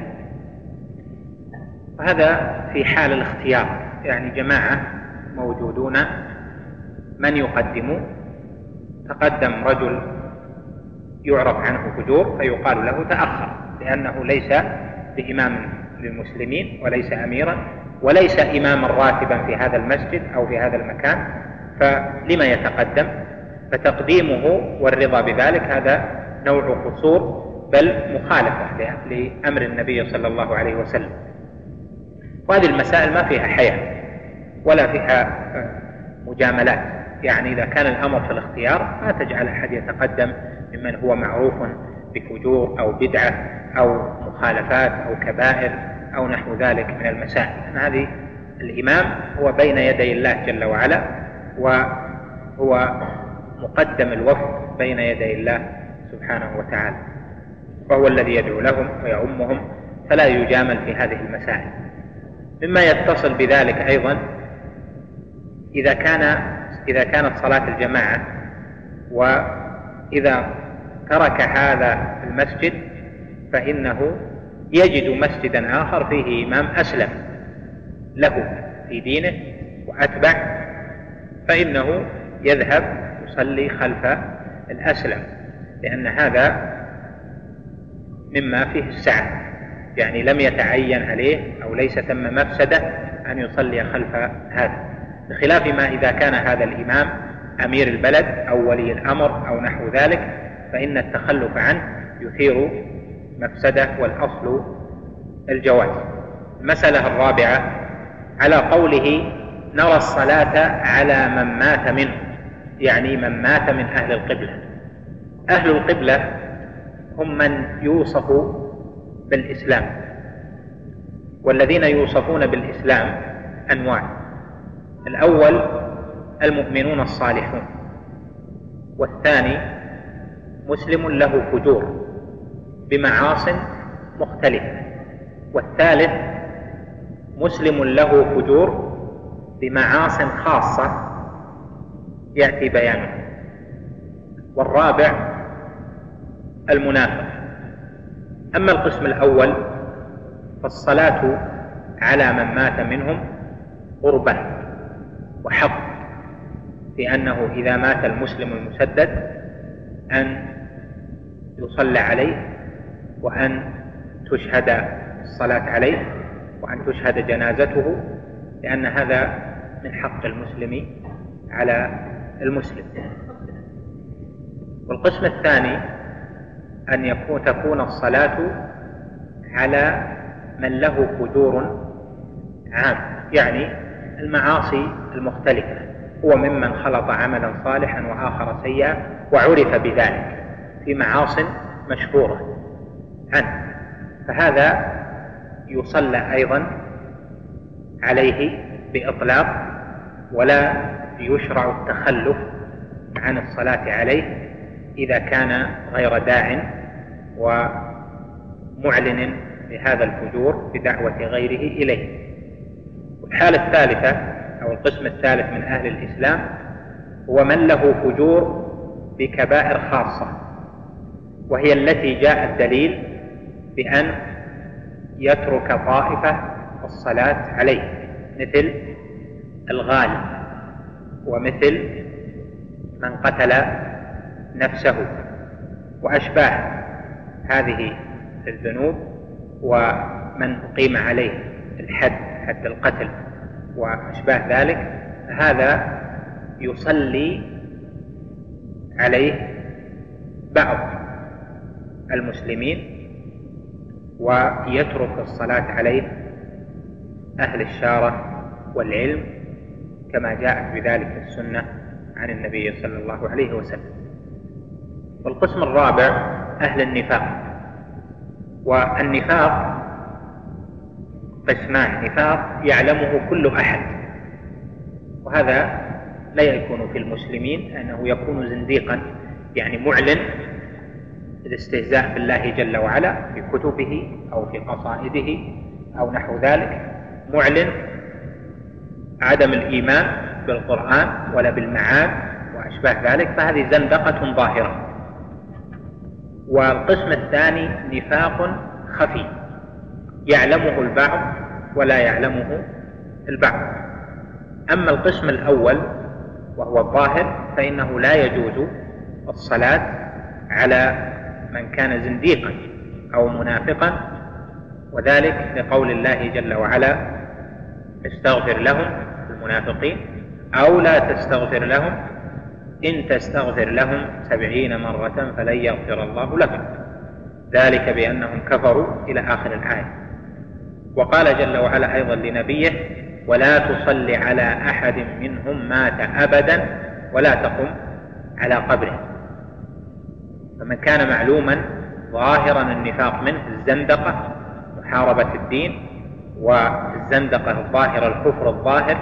Speaker 1: وهذا في حال الاختيار، يعني جماعة موجودون من يقدم، تقدم رجل يعرف عنه فجور فيقال له تأخر، لأنه ليس بإمام للمسلمين وليس أميرا وليس إماما راتبا في هذا المسجد أو في هذا المكان، فلما يتقدم؟ فتقديمه والرضا بذلك هذا نوع قصور، بل مخالفة لأمر النبي صلى الله عليه وسلم. وهذه المسائل ما فيها حياة ولا فيها مجاملات، يعني إذا كان الأمر في الاختيار ما تجعل أحد يتقدم ممن هو معروف بفجور أو بدعة أو مخالفات أو كبائر أو نحو ذلك من المسائل. أن هذه الإمام هو بين يدي الله جل وعلا، وهو مقدم الوفد بين يدي الله سبحانه وتعالى، وهو الذي يدعو لهم ويؤمهم، فلا يجامل في هذه المسائل. مما يتصل بذلك أيضا إذا كان إذا كانت صلاة الجماعة، وإذا ترك هذا المسجد فإنه يجد مسجدا آخر فيه إمام أسلم له في دينه وأتبع، فإنه يذهب يصلي خلف الأسلم، لأن هذا مما فيه السعة، يعني لم يتعين عليه أو ليس ثم مفسدة أن يصلي خلف هذا، بخلاف ما إذا كان هذا الإمام أمير البلد أو ولي الأمر أو نحو ذلك، فإن التخلف عنه يثير مفسدة، والأصل الجواز. المسألة الرابعة على قوله نرى الصلاة على من مات منه، يعني من مات من أهل القبلة. أهل القبلة هم من يوصف بالإسلام، والذين يوصفون بالإسلام أنواع: الأول المؤمنون الصالحون، والثاني مسلم له فجور بمعاصٍ مختلفة، والثالث مسلم له فجور بمعاصٍ خاصة يأتي بيانه، والرابع المنافق. أما القسم الأول فالصلاة على من مات منهم قربة وحق، في أنه إذا مات المسلم المسدد أن يصلى عليه، وأن تشهد الصلاة عليه، وأن تشهد جنازته، لأن هذا من حق المسلم على المسلم. والقسم الثاني أن يكون تكون الصلاة على من له فجور عام، يعني المعاصي المختلفة، هو ممن خلط عملا صالحا وآخر سيئا وعرف بذلك في معاصٍ مشهورة عنه، فهذا يصلى أيضا عليه بإطلاق، ولا يشرع التخلف عن الصلاة عليه إذا كان غير داع ومعلن لهذا الفجور بدعوة غيره إليه. والحالة الثالثة أو القسم الثالث من أهل الإسلام هو من له فجور بكبائر خاصة، وهي التي جاء الدليل بأن يترك طائفة الصلاة عليه، مثل الغال، ومثل من قتل نفسه، وأشباه هذه الذنوب، ومن أقيم عليه الحد، حد القتل وأشباه ذلك، هذا يصلي عليه بعض المسلمين ويترك الصلاة عليه أهل الشارة والعلم، كما جاءت بذلك السنة عن النبي صلى الله عليه وسلم. والقسم الرابع أهل النفاق. والنفاق قسمان: نفاق يعلمه كل أحد، وهذا لا يكون في المسلمين أنه يكون زنديقا، يعني معلن الاستهزاء بالله جل وعلا في كتبه أو في قصائده أو نحو ذلك، معلن عدم الإيمان بالقرآن ولا بالمعاد وأشباه ذلك، فهذه زندقة ظاهرة. والقسم الثاني نفاق خفي يعلمه البعض ولا يعلمه البعض. أما القسم الأول وهو الظاهر فإنه لا يجوز الصلاة على من كان زنديقا أو منافقا، وذلك لقول الله جل وعلا: استغفر لهم المنافقين أو لا تستغفر لهم إن تستغفر لهم سبعين مرة فلن يغفر الله لهم، ذلك بأنهم كفروا إلى آخر الآية. وقال جل وعلا أيضا لنبيه: ولا تصل على أحد منهم مات أبدا ولا تقم على قبره. فمن كان معلوما ظاهرا النفاق منه الزندقة، محاربة الدين، والزندقة الظاهرة الكفر الظاهر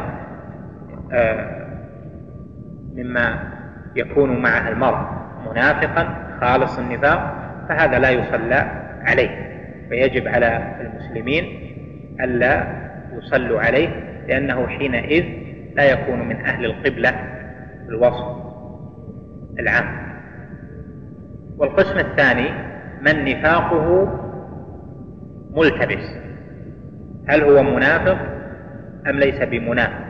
Speaker 1: مما يكون معه المرء منافقا خالص النفاق، فهذا لا يصلى عليه، فيجب على المسلمين ألا يصلوا عليه، لأنه حينئذ لا يكون من أهل القبلة بالوصف العام. والقسم الثاني من نفاقه ملتبس، هل هو منافق أم ليس بمنافق؟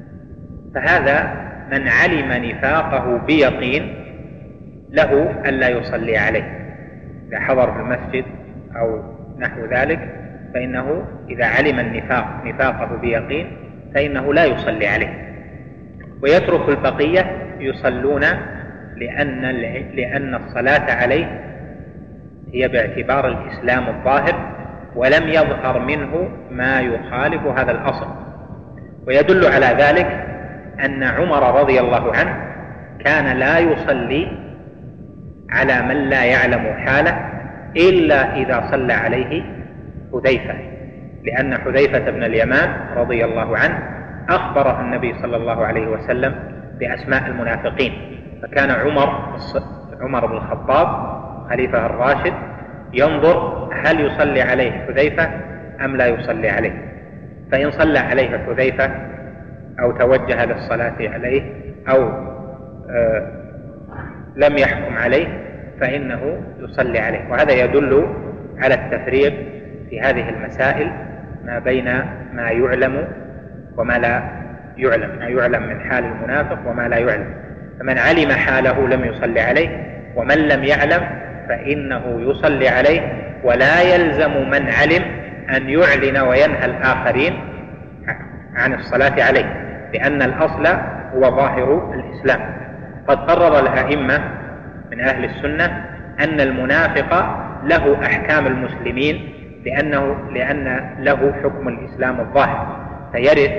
Speaker 1: فهذا من علم نفاقه بيقين له ألا يصلي عليه، إذا حضر في المسجد أو نحو ذلك، فإنه إذا علم النفاق نفاقه بيقين فإنه لا يصلي عليه، ويترك البقية يصلون لأن, لأن الصلاة عليه هي باعتبار الإسلام الظاهر، ولم يظهر منه ما يخالف هذا الأصل. ويدل على ذلك أن عمر رضي الله عنه كان لا يصلي على من لا يعلم حاله إلا إذا صلى عليه حذيفة، لأن حذيفة بن اليمان رضي الله عنه أخبره النبي صلى الله عليه وسلم بأسماء المنافقين، فكان عمر عمر بن الخطاب خليفة الراشد ينظر هل يصلي عليه حذيفة أم لا يصلي عليه، فإن صلى عليه حذيفة أو توجه للصلاة عليه أو آه لم يحكم عليه فإنه يصلي عليه. وهذا يدل على التفريق في هذه المسائل ما بين ما يعلم وما لا يعلم، ما يعلم من حال المنافق وما لا يعلم. فمن علم حاله لم يصلي عليه، ومن لم يعلم فإنه يصلي عليه، ولا يلزم من علم أن يعلن وينهى الآخرين عن الصلاة عليه، لأن الأصل هو ظاهر الإسلام. قد قرر الأئمة من أهل السنة أن المنافق له أحكام المسلمين، لأنه لأن له حكم الإسلام الظاهر، فيرث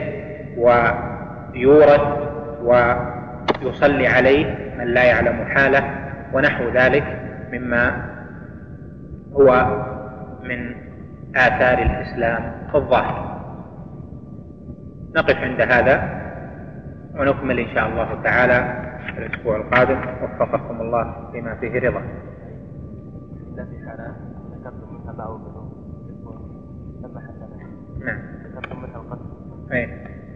Speaker 1: ويورث ويصلي عليه من لا يعلم حاله ونحو ذلك مما هو من آثار الإسلام الظاهر. نقف عند هذا ونكمل إن شاء الله تعالى الأسبوع القادم، وفقكم الله لما فيه رضا. نعم.
Speaker 2: ذكرتم منها القتل.
Speaker 1: أي.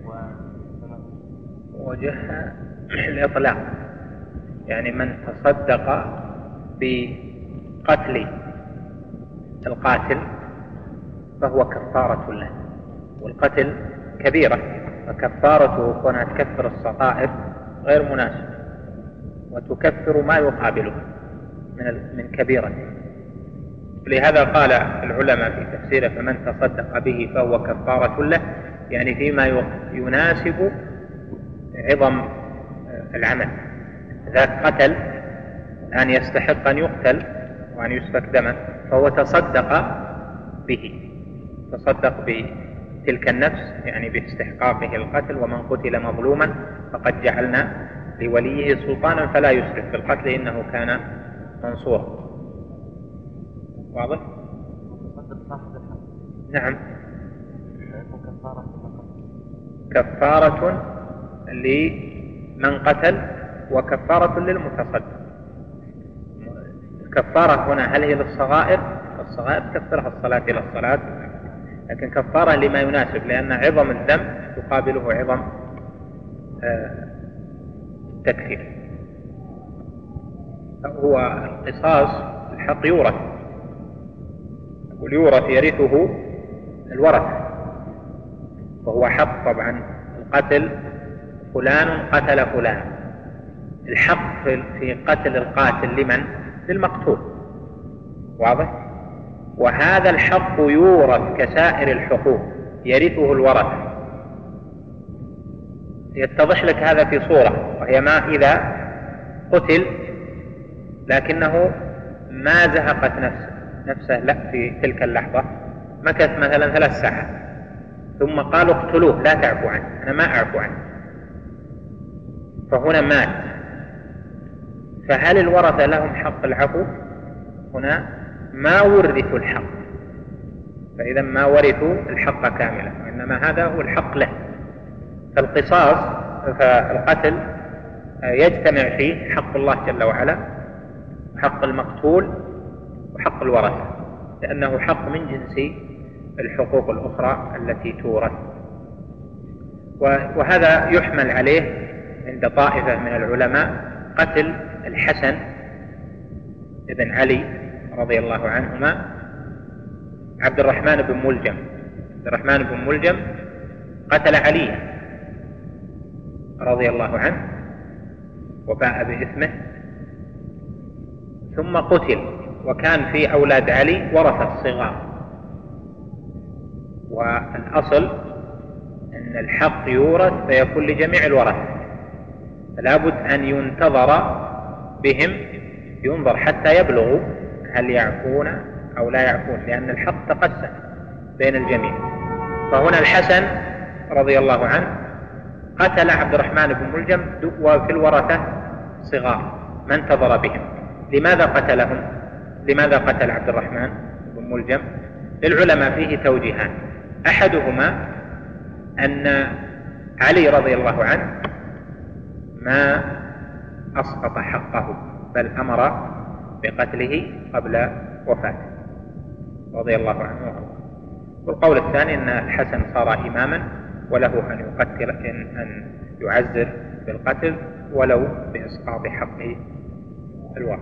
Speaker 1: وجهها الإطلاق، يعني من تصدق بقتل القاتل فهو كفارة له، والقتل كبيرة، فكفارته كونها تكفر الصغائر غير مناسب، وتكفر ما يقابله من من كبيرة. لهذا قال العلماء في تفسيره فمن تصدق به فهو كفارة له، يعني فيما يناسب عظم العمل. إذا قتل أن يستحق أن يقتل وأن يسفك دمه فهو تصدق به، تصدق بتلك النفس يعني باستحقاقه القتل. ومن قتل مظلوما فقد جعلنا لوليه سلطانا فلا يسرف في القتل إنه كان منصورا. واضح؟ نعم. كفارة لمن قتل وكفارة للمتصدق. الكفارة هنا هل هي للصغائر؟ الصغائر تكفرها الصلاة إلى الصلاة، لكن كفارة لما يناسب، لأن عظم الذنب يقابله عظم التكفير. هو القصاص الحق يورث، واليورث يرثه الورث، وهو حق طبعا. القتل فلان قتل فلان، الحق في قتل القاتل لمن؟ للمقتول. واضح؟ وهذا الحق يورث كسائر الحقوق، يرثه الورث. يتضح لك هذا في صورة، وهي ما إذا قتل لكنه ما زهقت نفسه نفسه لا في تلك اللحظة، مكث مثلا ثلاث ساعات ثم قالوا اقتلوه لا تعفو عنه، أنا ما أعفو عنه، فهنا مات. فهل الورثة لهم حق العفو؟ هنا ما ورثوا الحق، فإذا ما ورثوا الحق كاملا، وإنما هذا هو الحق له. فالقصاص فالقتل يجتمع فيه حق الله جل وعلا، حق المقتول، وحق الورثة، لأنه حق من جنس الحقوق الأخرى التي تورث. وهذا يحمل عليه عند طائفة من العلماء قتل الحسن بن علي رضي الله عنهما عبد الرحمن بن ملجم. عبد الرحمن بن ملجم قتل علي رضي الله عنه وباء بإثمه ثم قتل، وكان في أولاد علي ورثة الصغار، والأصل أن الحق يورث فيكون لجميع الورثة، فلا بد أن ينتظر بهم، ينظر حتى يبلغوا هل يعفون أو لا يعفون، لأن الحق تقسم بين الجميع. فهنا الحسن رضي الله عنه قتل عبد الرحمن بن ملجم وفي الورثة صغار، ما انتظر بهم. لماذا قتلهم؟ لماذا قتل عبد الرحمن بن ملجم؟ للعلماء فيه توجيهان. أحدهما أن علي رضي الله عنه ما أسقط حقه، بل أمر بقتله قبل وفاته رضي الله عنه. والقول الثاني أن الحسن صار إماما وله أن يقتل، أن يعزر بالقتل ولو بإسقاط حقه الورث.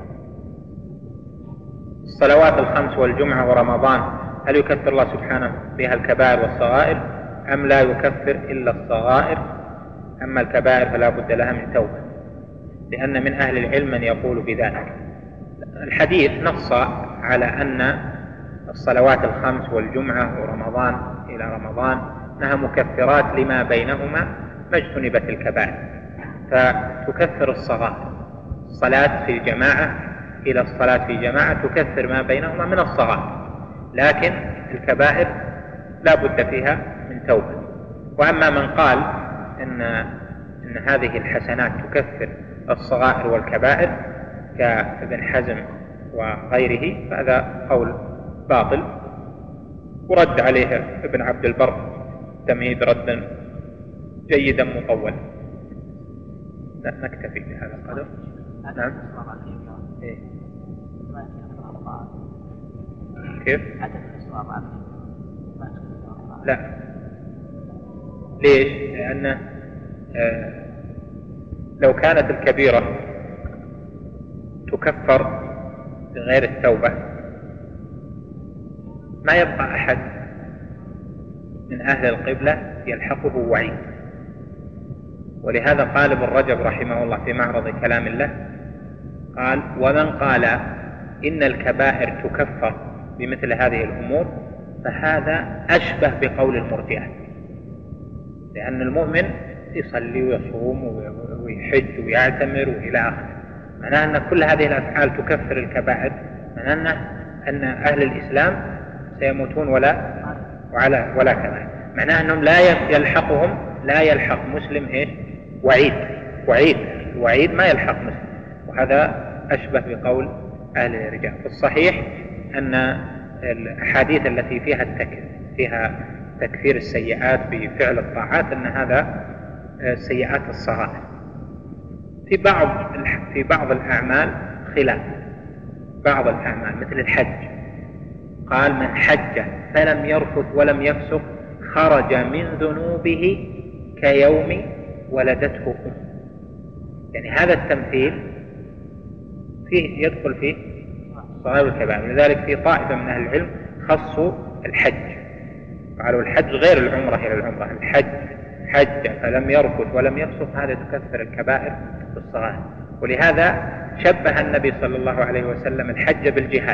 Speaker 1: الصلوات الخمس والجمعة ورمضان هل يكفر الله سبحانه بها الكبائر والصغائر أم لا يكفر إلا الصغائر؟ أما الكبائر فلا بد لها من توبة، لأن من أهل العلم من يقول بذلك. الحديث نص على أن الصلوات الخمس والجمعة ورمضان إلى رمضان أنها مكفرات لما بينهما ما اجتنبت الكبائر، فتكفر الصغائر. الصلاة في الجماعة إلى الصلاة في جماعة تكفر ما بينهما من الصغائر، لكن الكبائر لا بد فيها من توبة. وأما من قال إن, إن هذه الحسنات تكفر الصغائر والكبائر كابن حزم وغيره فهذا قول باطل، ورد عليه ابن عبد البر تمهيد ردا جيدا مطولا. نكتفي بهذا القدر. نعم. إيه؟ كيف؟ لا. ليش؟ لأن آه لو كانت الكبيرة تكفر بغير التوبة ما يبقى أحد من أهل القبلة يلحقه وعيد. ولهذا قال ابن رجب رحمه الله في معرض كلام الله قال: ومن قال إن الكبائر تكفر بمثل هذه الأمور فهذا أشبه بقول المرجئة، لأن المؤمن يصلي ويصوم ويحج ويعتمر وإلى آخره، معناه أن كل هذه الأفعال تكفر الكبائر، معناه أن أهل الإسلام سيموتون ولا وعلى ولا كبائر، معناه أنهم لا يلحقهم لا يلحق مسلم إيه؟ وعيد وعيد الوعيد ما يلحق مسلم، وهذا أشبه بقول أهل الرجال. في الصحيح أن الأحاديث التي فيها التك... فيها تكفير السيئات بفعل الطاعات أن هذا سيئات الصغائر. في بعض في بعض الأعمال خلاف، بعض الأعمال مثل الحج قال: من حج فلم يرفث ولم يفسق خرج من ذنوبه كيوم ولدته أمه. يعني هذا التمثيل فيه يدخل فيه صغائر الكبائر، لذلك في طائفة من أهل العلم خصوا الحج، قالوا الحج غير العمرة إلى العمرة، الحج حج فلم يرفث ولم يفسق هذا تكفر الكبائر بالصغائر. ولهذا شبه النبي صلى الله عليه وسلم الحج بالجهاد،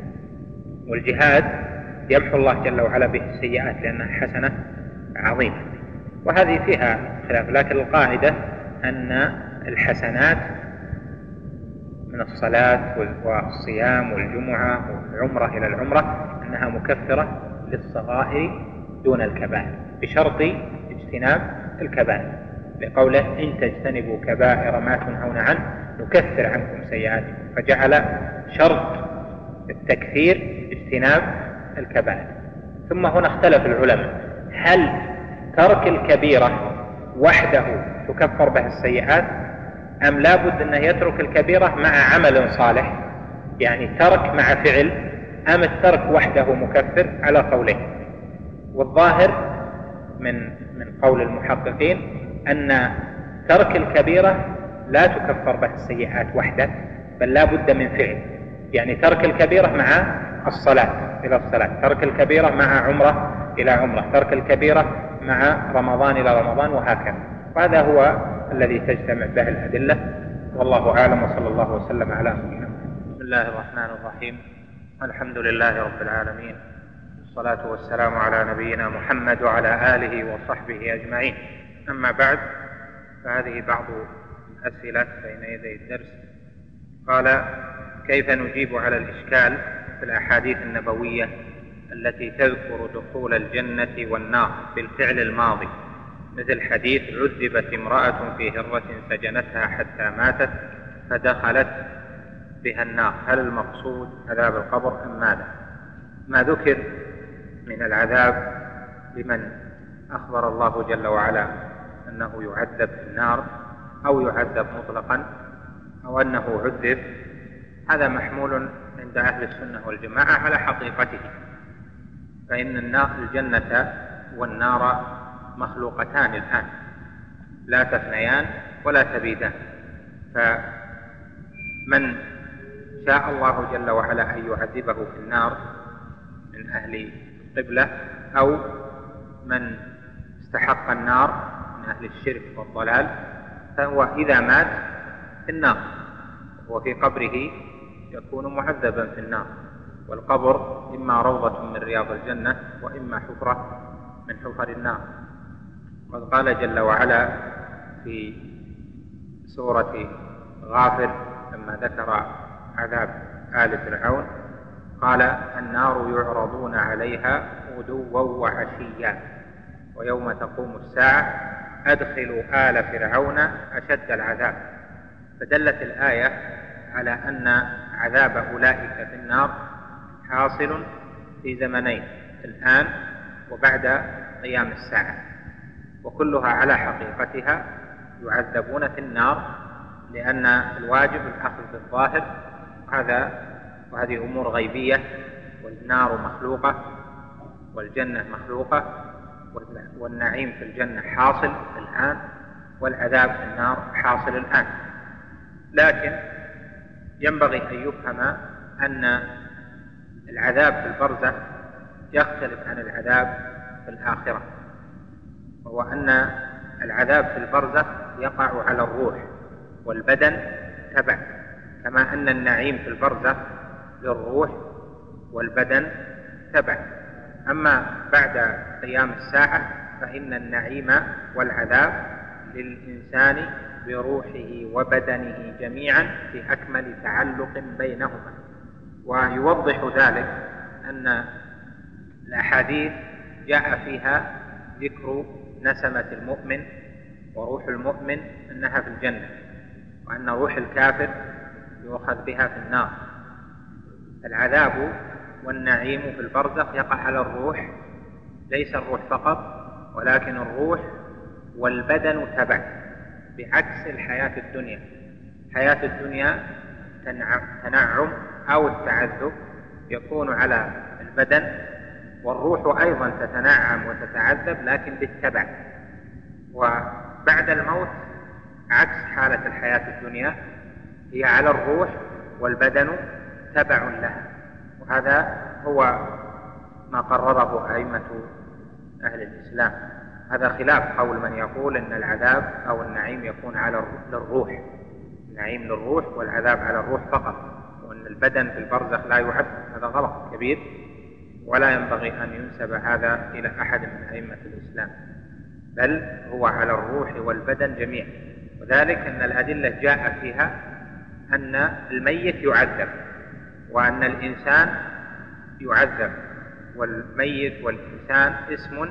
Speaker 1: والجهاد يمحو الله جل وعلا به السيئات لأنها حسنة عظيمة، وهذه فيها خلاف، لكن القاعدة أن الحسنات من الصلاة والصيام والجمعة والعمرة إلى العمرة أنها مكفرة للصغائر دون الكبائر بشرط اجتناب الكبائر، لقوله: إن تجتنبوا كبائر ما تنهون عنه نكفر عنكم سيئاتكم، فجعل شرط التكفير اجتناب الكبائر. ثم هنا اختلف العلماء: هل ترك الكبيرة وحده تكفر به السيئات أم لا بد أنه يترك الكبيرة مع عمل صالح، يعني ترك مع فعل، أم الترك وحده مكفر؟ على قولين. والظاهر من من قول المحققين أن ترك الكبيرة لا تكفر به السيئات وحده، بل لا بد من فعل، يعني ترك الكبيرة مع الصلاة إلى الصلاة، ترك الكبيرة مع عمرة إلى عمرة، ترك الكبيرة مع رمضان إلى رمضان، وهكذا. وهذا هو الذي تجتمع به الأدلة، والله أعلم، وصلى الله وسلم على نبينا. بسم الله الرحمن الرحيم، الحمد لله رب العالمين، والصلاة والسلام على نبينا محمد وعلى آله وصحبه أجمعين. أما بعد، فهذه بعض الأسئلة بين يدي الدرس. قال: كيف نجيب على الإشكال في الأحاديث النبوية التي تذكر دخول الجنة والنار بالفعل الماضي، مثل حديث: عذبت امرأة في هرة سجنتها حتى ماتت فدخلت بها النار، هل المقصود عذاب القبر أم ماذا؟ ما ذكر من العذاب لمن أخبر الله جل وعلا أنه يعذب في النار أو يعذب مطلقا أو أنه عذب، هذا محمول عند أهل السنة والجماعة على حقيقته، فإن النار الجنة والنار مخلوقتان الآن، لا تفنيان ولا تبيدان، فمن شاء الله جل وعلا أن يعذبه في النار من أهل القبلة أو من استحق النار من أهل الشرك والضلال، فهو إذا مات في النار وفي قبره يكون معذبا في النار، والقبر إما روضة من رياض الجنة وإما حفرة من حفر النار. قد قال جل وعلا في سورة غافر لما ذكر عذاب آل فرعون قال: النار يعرضون عليها غدوا وعشيا ويوم تقوم الساعة أدخلوا آل فرعون أشد العذاب. فدلت الآية على أن عذاب أولئك في النار حاصل في زمنين، الآن وبعد قيام الساعة، وكلها على حقيقتها يعذبون في النار، لأن الواجب الأخذ بالظاهر، هذا وهذه أمور غيبية، والنار مخلوقة والجنة مخلوقة، والنعيم في الجنة حاصل الآن، والعذاب في النار حاصل الآن. لكن ينبغي أن يفهم أن العذاب في البرزخ يختلف عن العذاب في الآخرة، وهو أن العذاب في البرزخ يقع على الروح والبدن تبع، كما أن النعيم في البرزخ للروح والبدن تبع. أما بعد قيام الساعة فإن النعيم والعذاب للإنسان بروحه وبدنه جميعا في أكمل تعلق بينهما. ويوضح ذلك أن الأحاديث جاء فيها ذكر نسمة المؤمن وروح المؤمن أنها في الجنة، وأن روح الكافر يؤخذ بها في النار. العذاب والنعيم في البرزخ يقع على الروح، ليس الروح فقط ولكن الروح والبدن تبع، بعكس الحياة الدنيا. حياة الدنيا تنعم أو التعذب يكون على البدن، والروح أيضا تتنعم وتتعذب لكن بالتبع. وبعد الموت عكس حالة الحياة الدنيا، هي على الروح والبدن تبع لها. وهذا هو ما قرره أئمة أهل الإسلام. هذا خلاف قول من يقول أن العذاب أو النعيم يكون على الروح، النعيم للروح والعذاب على الروح فقط، وأن البدن في البرزخ لا يعذب. هذا غلط كبير، ولا ينبغي أن ينسب هذا إلى أحد من أئمة الإسلام، بل هو على الروح والبدن جميعا. وذلك أن الأدلة جاء فيها أن الميت يعذب وأن الإنسان يعذب، والميت والإنسان اسم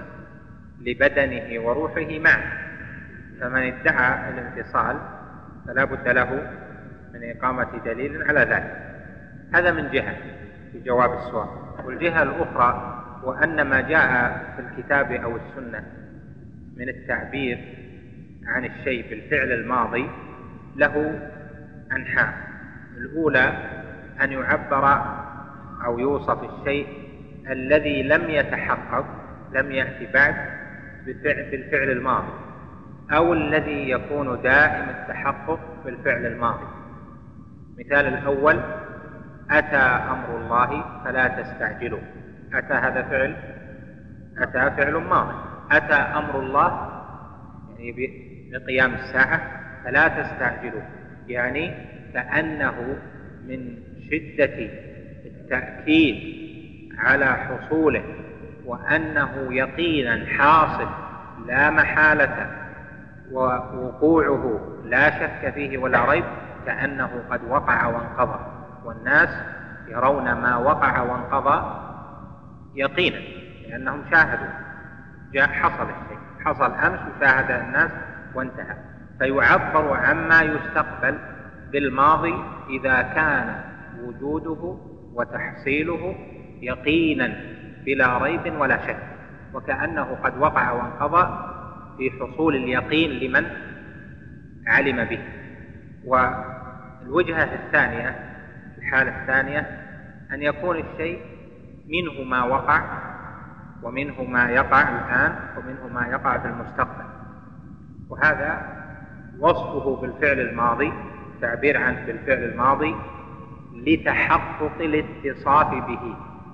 Speaker 1: لبدنه وروحه معا، فمن ادعى الانفصال فلا بد له من إقامة دليل على ذلك. هذا من جهة في جواب السؤال. والجهة الأخرى وأن ما جاء في الكتاب أو السنة من التعبير عن الشيء بالفعل الماضي له أنحاء. الأولى أن يعبر أو يوصف الشيء الذي لم يتحقق، لم يأتي بعد بالفعل الماضي، أو الذي يكون دائم التحقق بالفعل الماضي. مثال الأول: أتى أمر الله فلا تستعجلوا. أتى هذا فعل، أتى فعل ماضي. أتى أمر الله يعني بقيام الساعة فلا تستعجلوا، يعني كأنه من شدة التأكيد على حصوله وأنه يقينا حاصل لا محالة ووقوعه لا شك فيه ولا ريب، كأنه قد وقع وانقضى، والناس يرون ما وقع وانقضى يقينا لأنهم شاهدوا، جاء حصل الشيء، حصل أمس وشاهد الناس وانتهى. فيعبر عما يستقبل بالماضي إذا كان وجوده وتحصيله يقينا بلا ريب ولا شك، وكأنه قد وقع وانقضى في حصول اليقين لمن علم به. والوجهة الثانية، الحالة الثانية، أن يكون الشيء منه ما وقع ومنه ما يقع الآن ومنه ما يقع في المستقبل، وهذا وصفه بالفعل الماضي، تعبير عنه بالفعل الماضي لتحقق الاتصاف به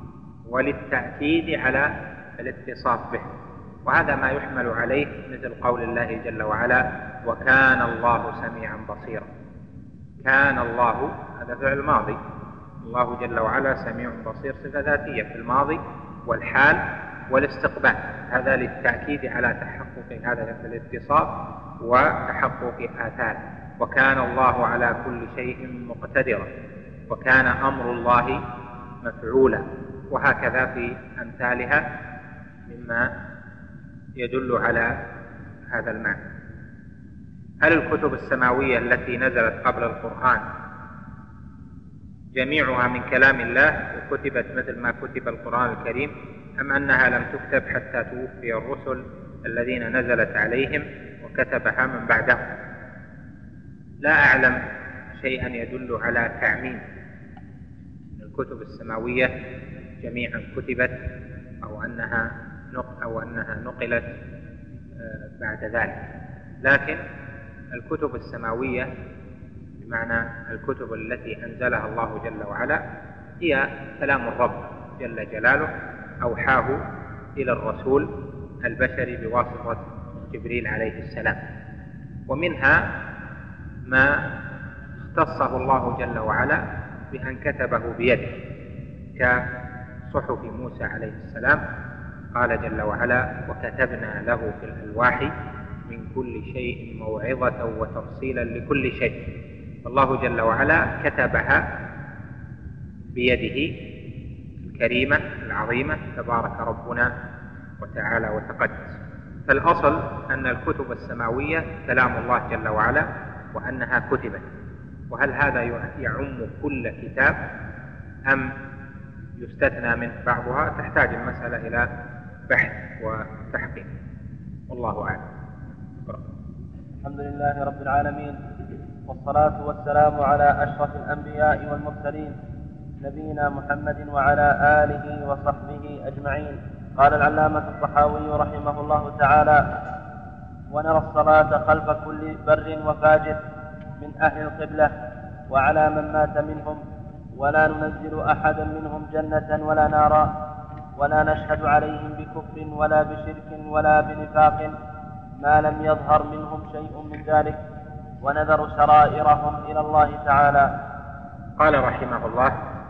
Speaker 1: وللتأكيد على الاتصاف به. وهذا ما يحمل عليه مثل قول الله جل وعلا: وكان الله سميعا بصيرا. كان الله هذا فعل ماضي، الله جل وعلا سميع بصير صفة ذاتية في الماضي والحال والاستقبال، هذا للتأكيد على تحقق هذا الاتصاف وتحقق آثاره. وكان الله على كل شيء مقتدرا، وكان أمر الله مفعولا، وهكذا في أمثالها مما يدل على هذا المعنى. هل الكتب السماوية التي نزلت قبل القرآن جميعها من كلام الله وكتبت مثل ما كتب القرآن الكريم، أم أنها لم تكتب حتى توفي الرسل الذين نزلت عليهم وكتبها من بعدهم؟ لا أعلم شيئا يدل على تعميم الكتب السماوية جميعا كتبت أو أنها أو أنها نقلت بعد ذلك. لكن الكتب السماوية بمعنى الكتب التي أنزلها الله جل وعلا هي كلام الرب جل جلاله أوحاه إلى الرسول البشري بواسطة جبريل عليه السلام، ومنها ما اختصه الله جل وعلا بأن كتبه بيده كصحف موسى عليه السلام. قال جل وعلا: وكتبنا له في الألواح من كل شيء موعظة وتفصيلا لكل شيء. فالله جل وعلا كتبها بيده الكريمة العظيمة تبارك ربنا وتعالى وتقدس. فالأصل أن الكتب السماوية كلام الله جل وعلا وأنها كتبت. وهل هذا يعم كل كتاب أم يستثنى منه بعضها؟ تحتاج المسألة إلى بحث وتحقيق، والله أعلم.
Speaker 2: الحمد لله رب العالمين، والصلاة والسلام على أشرف الأنبياء والمرسلين نبينا محمد وعلى آله وصحبه أجمعين. قال العلامة الطحاوي رحمه الله تعالى: ونرى الصلاة خلف كل بر وفاجر من أهل القبلة وعلى من مات منهم، ولا ننزل أحدا منهم جنة ولا نارا، ولا نشهد عليهم بكفر ولا بشرك ولا بنفاق ما لم يظهر منهم شيء من ذلك، ونذر سرائرهم إلى الله تعالى.
Speaker 1: قال رحمه الله: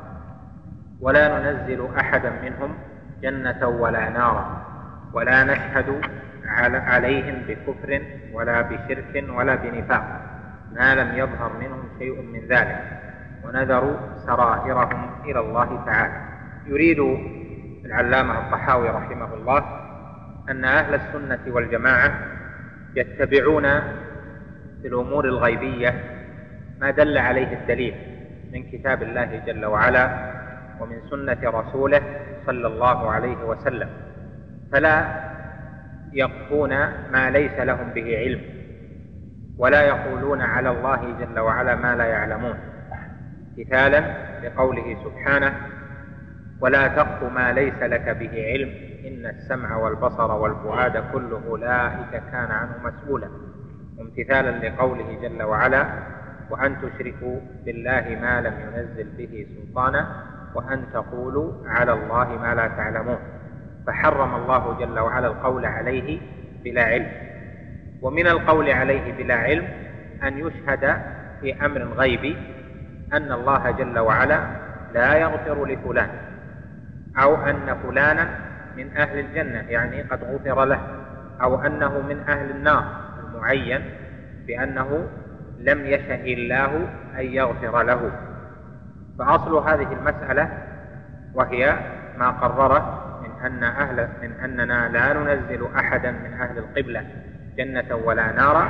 Speaker 1: ولا ننزل أحدا منهم جنة ولا نارا، ولا نشهد عليهم بكفر ولا بشرك ولا بنفاق ما لم يظهر منهم شيء من ذلك، ونذر سرائرهم إلى الله تعالى. يريد العلامة الطحاوي رحمه الله أن أهل السنة والجماعة يتبعون في الأمور الغيبية ما دل عليه الدليل من كتاب الله جل وعلا ومن سنة رسوله صلى الله عليه وسلم، فلا يقفون ما ليس لهم به علم، ولا يقولون على الله جل وعلا ما لا يعلمون، مثالا لقوله سبحانه: ولا تقف ما ليس لك به علم إن السمع والبصر والفؤاد كل أولئك كان عنه مسؤولا، وامتثالا لقوله جل وعلا: وأن تشركوا بالله ما لم ينزل به سلطانا وأن تقولوا على الله ما لا تعلمون. فحرم الله جل وعلا القول عليه بلا علم. ومن القول عليه بلا علم أن يشهد في أمر غيبي أن الله جل وعلا لا يغفر لفلان، أو أن فلانا من أهل الجنة يعني قد غفر له، أو أنه من أهل النار المعين بأنه لم يشأ الله أن يغفر له. فأصل هذه المسألة وهي ما قرره من أن أهل من أننا لا ننزل أحدا من أهل القبلة جنة ولا نارا،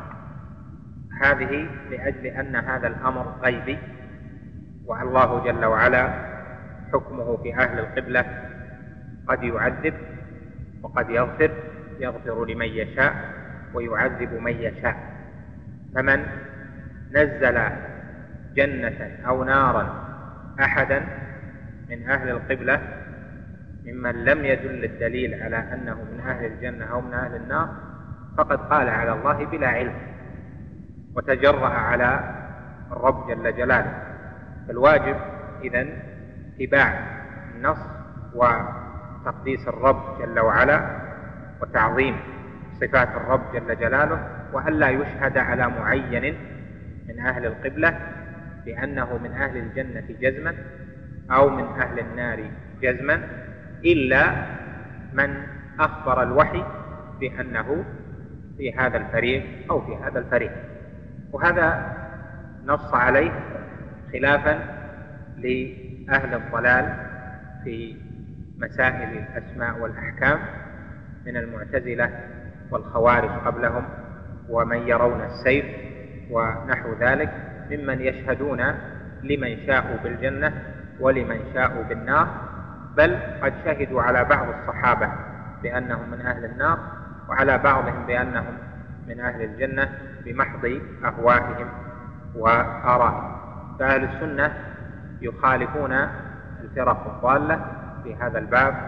Speaker 1: هذه لأجل أن هذا الأمر غيبي، والله جل وعلا حكمه في أهل القبلة قد يعذب وقد يغفر، يغفر لمن يشاء ويعذب من يشاء. فمن نزل جنة أو نارا أحدا من أهل القبلة ممن لم يدل الدليل على أنه من أهل الجنة أو من أهل النار فقد قال على الله بلا علم وتجرأ على الرب جل جلاله. فالواجب إذن اتباع النص وتقديس الرب جل وعلا وتعظيم صفات الرب جل جلاله، وألا يشهد على معين من أهل القبلة بأنه من أهل الجنة جزما أو من أهل النار جزما، إلا من أخبر الوحي بأنه في هذا الفريق أو في هذا الفريق. وهذا نص عليه خلافا لأهل الضلال في مسائل الأسماء والأحكام من المعتزلة والخوارج قبلهم ومن يرون السيف ونحو ذلك، ممن يشهدون لمن شاءوا بالجنة ولمن شاءوا بالنار، بل قد شهدوا على بعض الصحابة بأنهم من أهل النار وعلى بعضهم بأنهم من أهل الجنة بمحض أهوائهم وآرائهم. فأهل السنة يخالفون الفرق الضالة في هذا الباب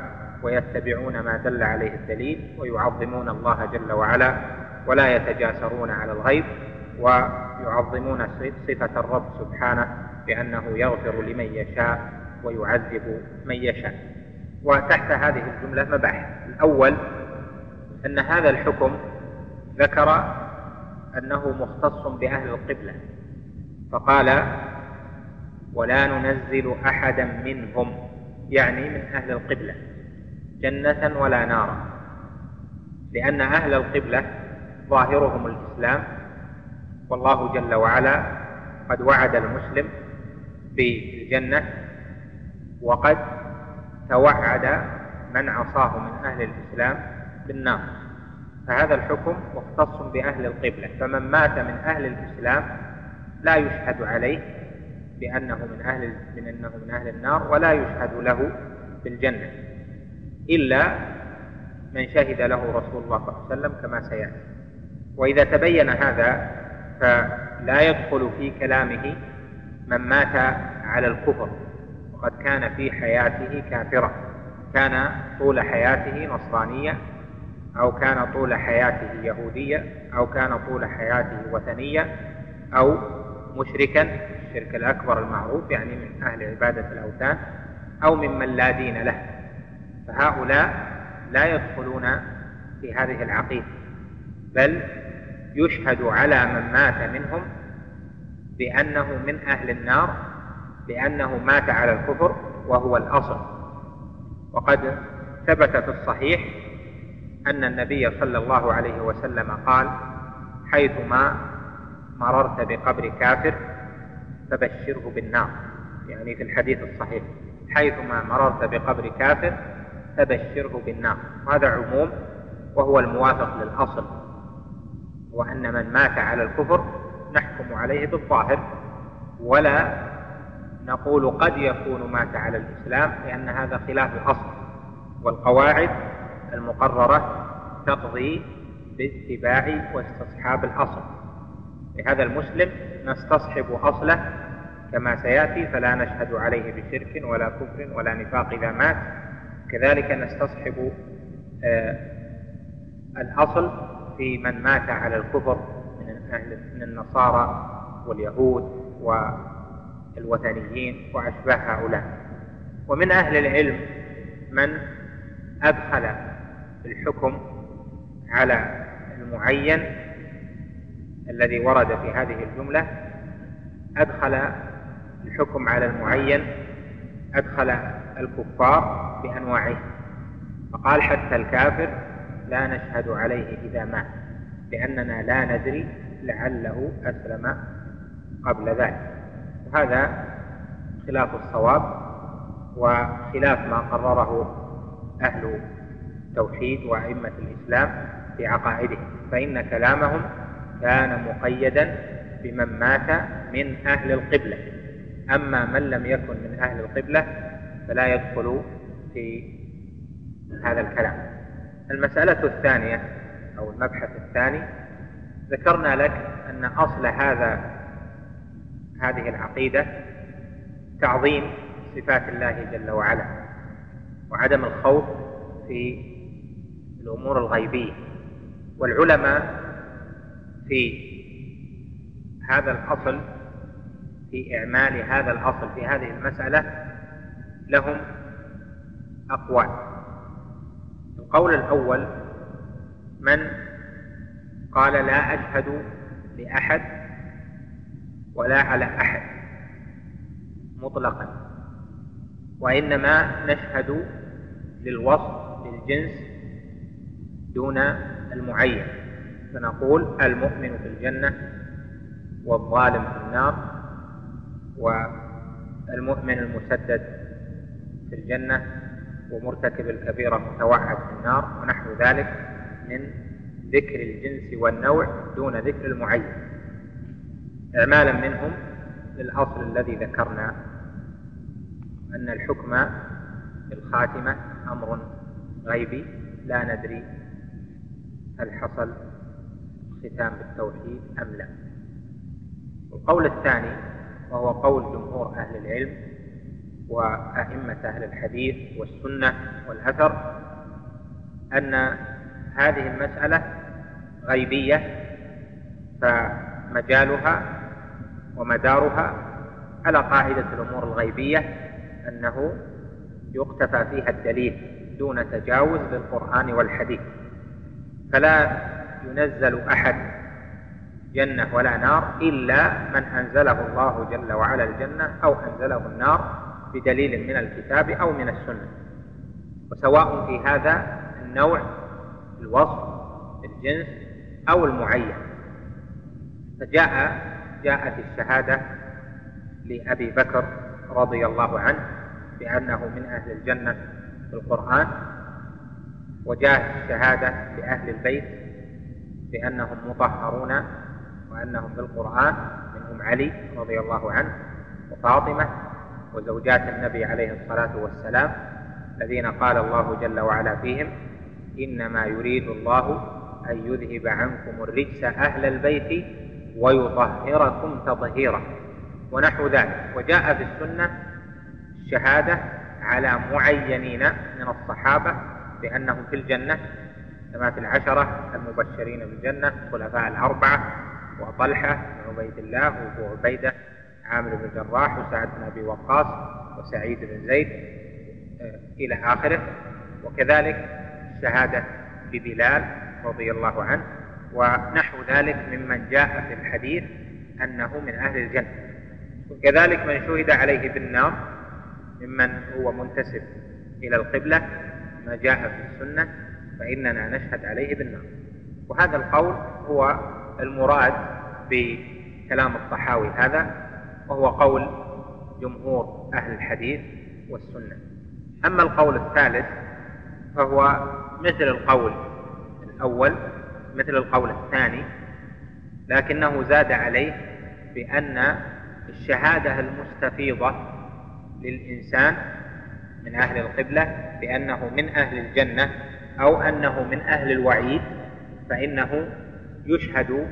Speaker 1: ويتبعون ما دل عليه الدليل ويعظمون الله جل وعلا ولا يتجاسرون على الغيب، ويعظمون صفة الرب سبحانه بأنه يغفر لمن يشاء ويعذب من يشاء. وتحت هذه الجملة مباحث. الأول أن هذا الحكم ذكر أنه مختص بأهل القبلة، فقال ولا ننزل أحدا منهم، يعني من أهل القبلة، جنة ولا نارا، لأن أهل القبلة ظاهرهم الإسلام، والله جل وعلا قد وعد المسلم بالجنة وقد توعد من عصاه من أهل الإسلام بالنار، فهذا الحكم مختص بأهل القبلة. فمن مات من أهل الإسلام لا يشهد عليه بأنه من أهل من أنه من أهل النار، ولا يشهد له بالجنة إلا من شهد له رسول الله صلى الله عليه وسلم كما سيأتي. وإذا تبين هذا فلا يدخل في كلامه من مات على الكفر وقد كان في حياته كافرا، كان طول حياته نصرانية، أو كان طول حياته يهودية، أو كان طول حياته وثنية، أو مشركا الشرك الأكبر المعروف يعني من أهل عبادة الأوثان، أو ممن لا دين له، فهؤلاء لا يدخلون في هذه العقيدة، بل يشهد على من مات منهم بأنه من أهل النار، لأنه مات على الكفر وهو الأصل. وقد ثبت في الصحيح أن النبي صلى الله عليه وسلم قال حيثما مررت بقبر كافر فبشره بالنار، يعني في الحديث الصحيح حيثما مررت بقبر كافر فبشره بالنار، وهذا عموم وهو الموافق للأصل، وأن من مات على الكفر نحكم عليه بالظاهر ولا نقول قد يكون مات على الإسلام، لأن هذا خلاف الأصل، والقواعد المقررة تقضي باتباع واستصحاب الأصل. لهذا المسلم نستصحب أصله كما سيأتي، فلا نشهد عليه بشرك ولا كفر ولا نفاق إذا مات. كذلك نستصحب آه الأصل في من مات على الكفر من أهل من النصارى واليهود والوثنيين وأشباه هؤلاء. ومن أهل العلم من أدخل الحكم على المعين الذي ورد في هذه الجملة، أدخل الحكم على المعين، أدخل الكفار بأنواعه، فقال حتى الكافر لا نشهد عليه إذا مات، لأننا لا ندري لعله أسلم قبل ذلك. وهذا خلاف الصواب وخلاف ما قرره أهل التوحيد وأئمة الإسلام في عقائدهم، فإن كلامهم كان مقيدا بمن مات من أهل القبلة، أما من لم يكن من أهل القبلة فلا يدخل في هذا الكلام. المسألة الثانية أو المبحث الثاني، ذكرنا لك أن أصل هذا هذه العقيدة تعظيم صفات الله جل وعلا وعدم الخوض في الأمور الغيبية. والعلماء في هذا الأصل، في إعمال هذا الأصل في هذه المسألة، لهم أقوال. القول الأول من قال لا أشهد لأحد ولا على أحد مطلقا، وإنما نشهد للوصف للجنس دون المعين، فنقول المؤمن في الجنة والظالم في النار، والمؤمن المسدد في الجنة ومرتكب الكبيرة متوعد في النار، ونحو ذلك من ذكر الجنس والنوع دون ذكر المعين، إعمالا منهم للأصل الذي ذكرنا أن الحكم بالخاتمة أمر غيبي لا ندري هل حصل ختام بالتوحيد أم لا. القول الثاني وهو قول جمهور أهل العلم وأئمة أهل الحديث والسنة والأثر أن هذه المسألة غيبية، فمجالها ومدارها على قاعدة الأمور الغيبية أنه يقتفى فيها الدليل دون تجاوز للقرآن والحديث، فلا ينزل أحد جنة ولا نار إلا من أنزله الله جل وعلا الجنة أو أنزله النار بدليل من الكتاب أو من السنة، وسواء في هذا النوع الوصف الجنس أو المعين. فجاء جاءت الشهادة لأبي بكر رضي الله عنه بأنه من أهل الجنة في القرآن، وجاءت الشهادة لأهل البيت بأنهم مطهرون وأنهم بالقرآن، منهم علي رضي الله عنه وفاطمة وزوجات النبي عليه الصلاة والسلام الذين قال الله جل وعلا فيهم: إنما يريد الله أن يذهب عنكم الرجس أهل البيت ويطهركم تطهيرا، ونحو ذلك. وجاء في السنة الشهادة على معينين من الصحابة بأنهم في الجنة، كما في العشرة المبشرين بالجنة الخلفاء الأربعة وطلحة بن عبيد الله وأبو عبيدة عامر بن الجراح وسعد بن أبي وقاص وسعيد بن زيد إلى آخره. وكذلك الشهادة لبلال رضي الله عنه ونحو ذلك ممن جاء في الحديث أنه من أهل الجنة. وكذلك من شهد عليه بالنار ممن هو منتسب إلى القبلة ما جاء في السنة فإننا نشهد عليه بالنار. وهذا القول هو المراد بكلام الطحاوي هذا، وهو قول جمهور أهل الحديث والسنة. أما القول الثالث فهو مثل القول الأول مثل القول الثاني، لكنه زاد عليه بأن الشهادة المستفيضة للإنسان من أهل القبلة بأنه من أهل الجنة أو أنه من أهل الوعيد فإنه يشهد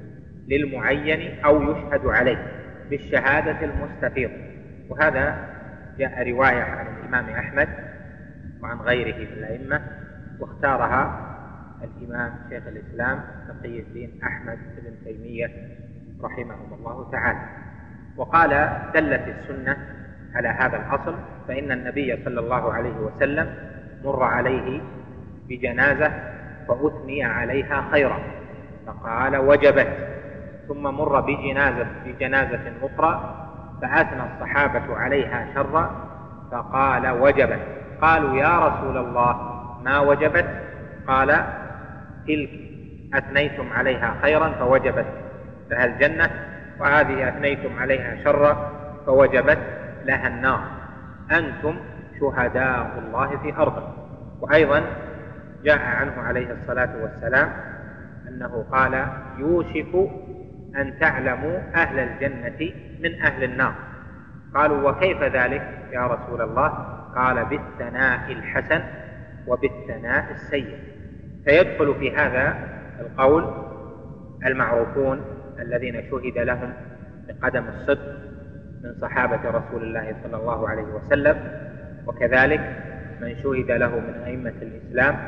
Speaker 1: للمعين أو يشهد عليه بالشهادة المستفيضة. وهذا جاء رواية عن الإمام أحمد وعن غيره من الأئمة، واختارها الإمام شيخ الإسلام تقي الدين أحمد بن تيمية رحمهم الله تعالى. وقال: دلت السنة على هذا الأصل، فإن النبي صلى الله عليه وسلم مر عليه بجنازة فأثني عليها خيرا فقال: وجبت. ثم مر بجنازة, بجنازة أخرى فأثنى الصحابة عليها شرا فقال: وجبت. قالوا: يا رسول الله ما وجبت؟ قال: تلك أثنيتم عليها خيرا فوجبت لها الجنة، وهذه أثنيتم عليها شرا فوجبت لها النار، أنتم شهداء الله في أرضه. وأيضا جاء عنه عليه الصلاة والسلام أنه قال: يوشك أن تعلموا أهل الجنة من أهل النار. قالوا: وكيف ذلك يا رسول الله؟ قال: بالثناء الحسن وبالثناء السيء. فيدخل في هذا القول المعروفون الذين شهد لهم بقدم الصدق من صحابة رسول الله صلى الله عليه وسلم، وكذلك من شهد له من أئمة الإسلام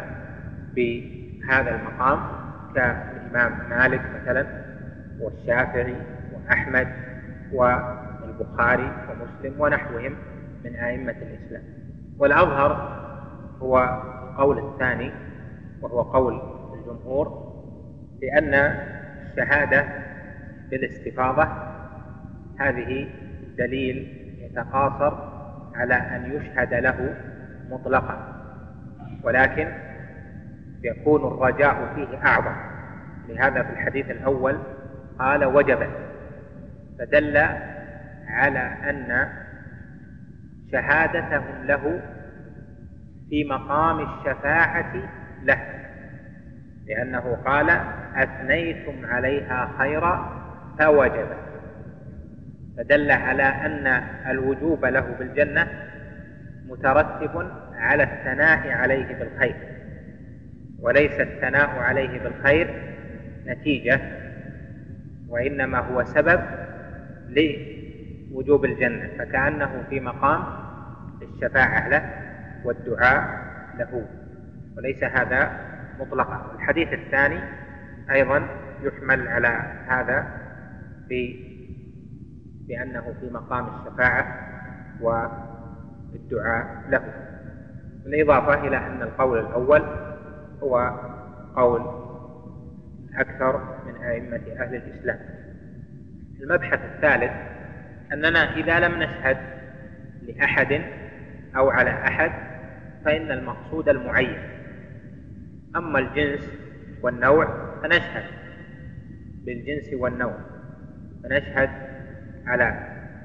Speaker 1: بهذا المقام كالإمام مالك مثلا والشافعي وأحمد والبخاري ومسلم ونحوهم من أئمة الإسلام. والأظهر هو القول الثاني وهو قول الجمهور، لأن الشهادة بالاستفاضة هذه دليل يتقاصر على أن يشهد له مطلقا، ولكن يكون الرجاء فيه أعظم. لهذا في الحديث الأول قال: وجبت، فدل على أن شهادتهم له في مقام الشفاعة له، لأنه قال: أثنيتم عليها خيرا فوجبت، فدل على أن الوجوب له بالجنة مترتب على الثناء عليه بالخير، وليس الثناء عليه بالخير نتيجة، وإنما هو سبب لوجوب الجنة، فكأنه في مقام الشفاعة له والدعاء له، وليس هذا مطلقا. الحديث الثاني أيضا يحمل على هذا بأنه في مقام الشفاعة والدعاء له، بالإضافة إلى أن القول الأول هو قول أكثر من أئمة أهل الإسلام. المبحث الثالث أننا إذا لم نشهد لأحد أو على أحد فإن المقصود المعين، أما الجنس والنوع فنشهد بالجنس والنوع، فنشهد على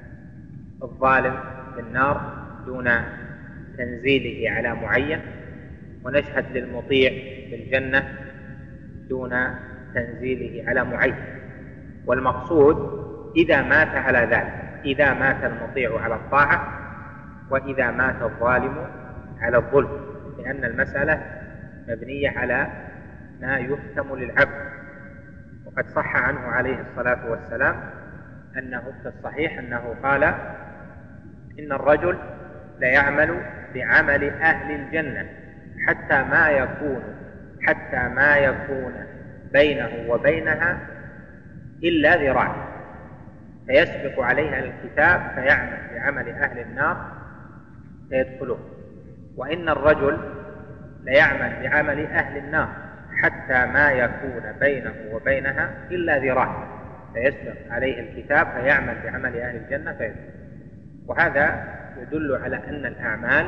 Speaker 1: الظالم بالنار دون تنزيله على معين، ونشهد للمطيع بالجنة دون تنزيله على معين. والمقصود إذا مات على ذلك، إذا مات المطيع على الطاعة وإذا مات الظالم على الظلم، لأن المسألة مبنية على ما يحتم للعبد. وقد صح عنه عليه الصلاة والسلام أنه في الصحيح أنه قال: إن الرجل ليعمل بعمل أهل الجنة حتى ما يكون حتى ما يكون بينه وبينها إلا ذراع، فيسبق عليها الكتاب فيعمل بعمل أهل النار فيدخلون. وإن الرجل ليعمل بعمل أهل النار حتى ما يكون بينه وبينها إلا ذراع، فيسبق عليه الكتاب فيعمل بعمل أهل الجنة فيدخل. وهذا يدل على أن الأعمال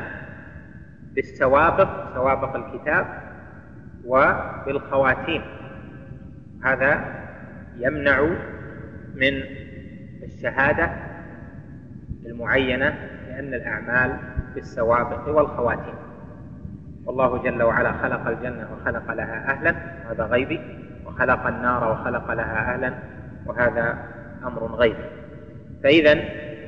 Speaker 1: بالسوابق، سوابق الكتاب، وبالخواتيم. هذا يمنع من الشهادة المعينة، لأن الأعمال بالسوابق والخواتيم. والله جل وعلا خلق الجنة وخلق لها أهلا، وهذا غيبي، وخلق النار وخلق لها أهلا، وهذا أمر غيبي. فإذا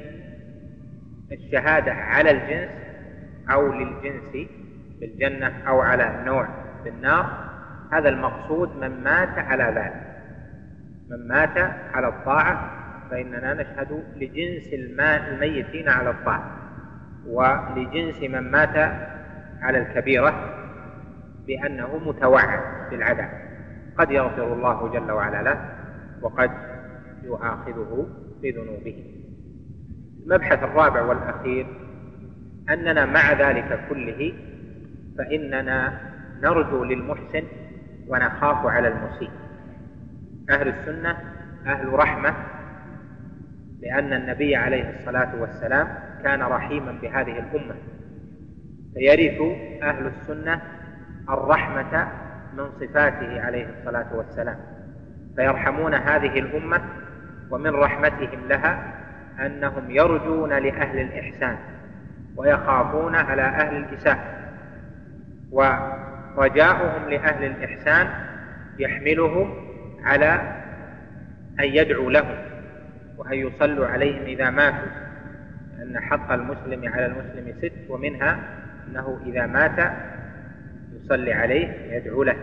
Speaker 1: الشهادة على الجنس أو للجنس بالجنة أو على النوع بالنار، هذا المقصود من مات على ذلك. من مات على الطاعة فإننا نشهد لجنس الميتين على الطاعة، ولجنس من مات على الكبيرة بأنه متوعد بالعذاب، قد يغفر الله جل وعلا له وقد يؤاخذه بذنوبه. المبحث الرابع والأخير أننا مع ذلك كله فإننا نرجو للمحسن ونخاف على المسيء. أهل السنة أهل رحمة، لأن النبي عليه الصلاة والسلام كان رحيما بهذه الأمة، فيرث أهل السنة الرحمة من صفاته عليه الصلاة والسلام، فيرحمون هذه الأمة. ومن رحمتهم لها أنهم يرجون لأهل الإحسان ويخافون على أهل الإساءة، ورجاؤهم لأهل الإحسان يحملهم على أن يدعوا لهم وأن يصلوا عليهم إذا ماتوا، لأن حق المسلم على المسلم ست، ومنها أنه إذا مات يصلي عليه يدعو له.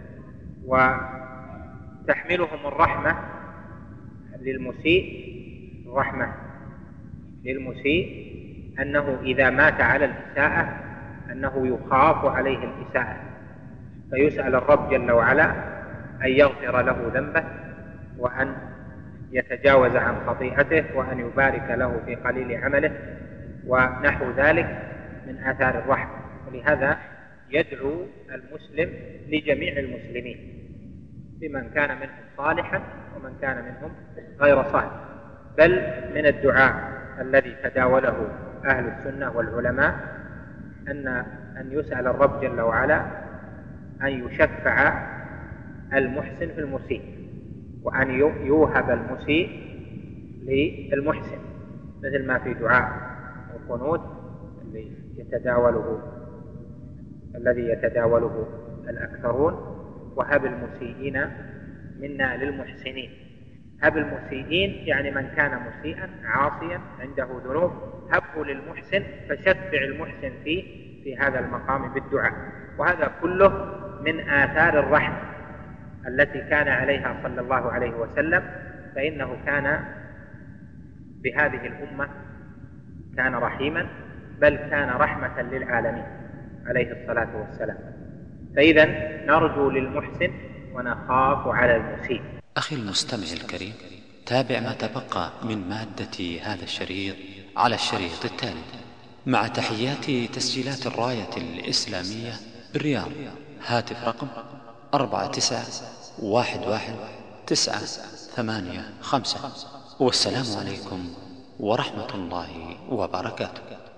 Speaker 1: وتحملهم الرحمة للمسيء الرحمة للمسيء أنه إذا مات على الإساءة أنه يخاف عليه الإساءة، فيسأل الرب جل وعلا أن يغفر له ذنبه وأن يتجاوز عن خطيئته وأن يبارك له في قليل عمله ونحو ذلك من آثار الرحمة. ولهذا يدعو المسلم لجميع المسلمين، بمن كان منهم صالحا ومن كان منهم غير صالح، بل من الدعاء الذي تداوله أهل السنة والعلماء أن أن يسأل الرب جل وعلا أن يشفع المحسن في المسيء، وأن يوهب المسيء للمحسن، مثل ما في دعاء القنوت الذي يتداوله الذي يتداوله الأكثرون: وهب المسيئين منا للمحسنين. هب المسيئين يعني من كان مسيئا عاصيا عنده ذنوب، هبه للمحسن، فشفع المحسن فيه في هذا المقام بالدعاء. وهذا كله من آثار الرحمة التي كان عليها صلى الله عليه وسلم، فإنه كان بهذه الأمة كان رحيما بل كان رحمة للعالمين عليه الصلاة والسلام. فإذا نرجو للمحسن ونخاف على المسيء.
Speaker 3: أخي المستمع الكريم، تابع ما تبقى من مادة هذا الشريط على الشريط التالي، مع تحيات تسجيلات الراية الإسلامية بالرياض. هاتف رقم أربعة تسعة واحد واحد تسعة ثمانية خمسة. والسلام عليكم ورحمة الله وبركاته.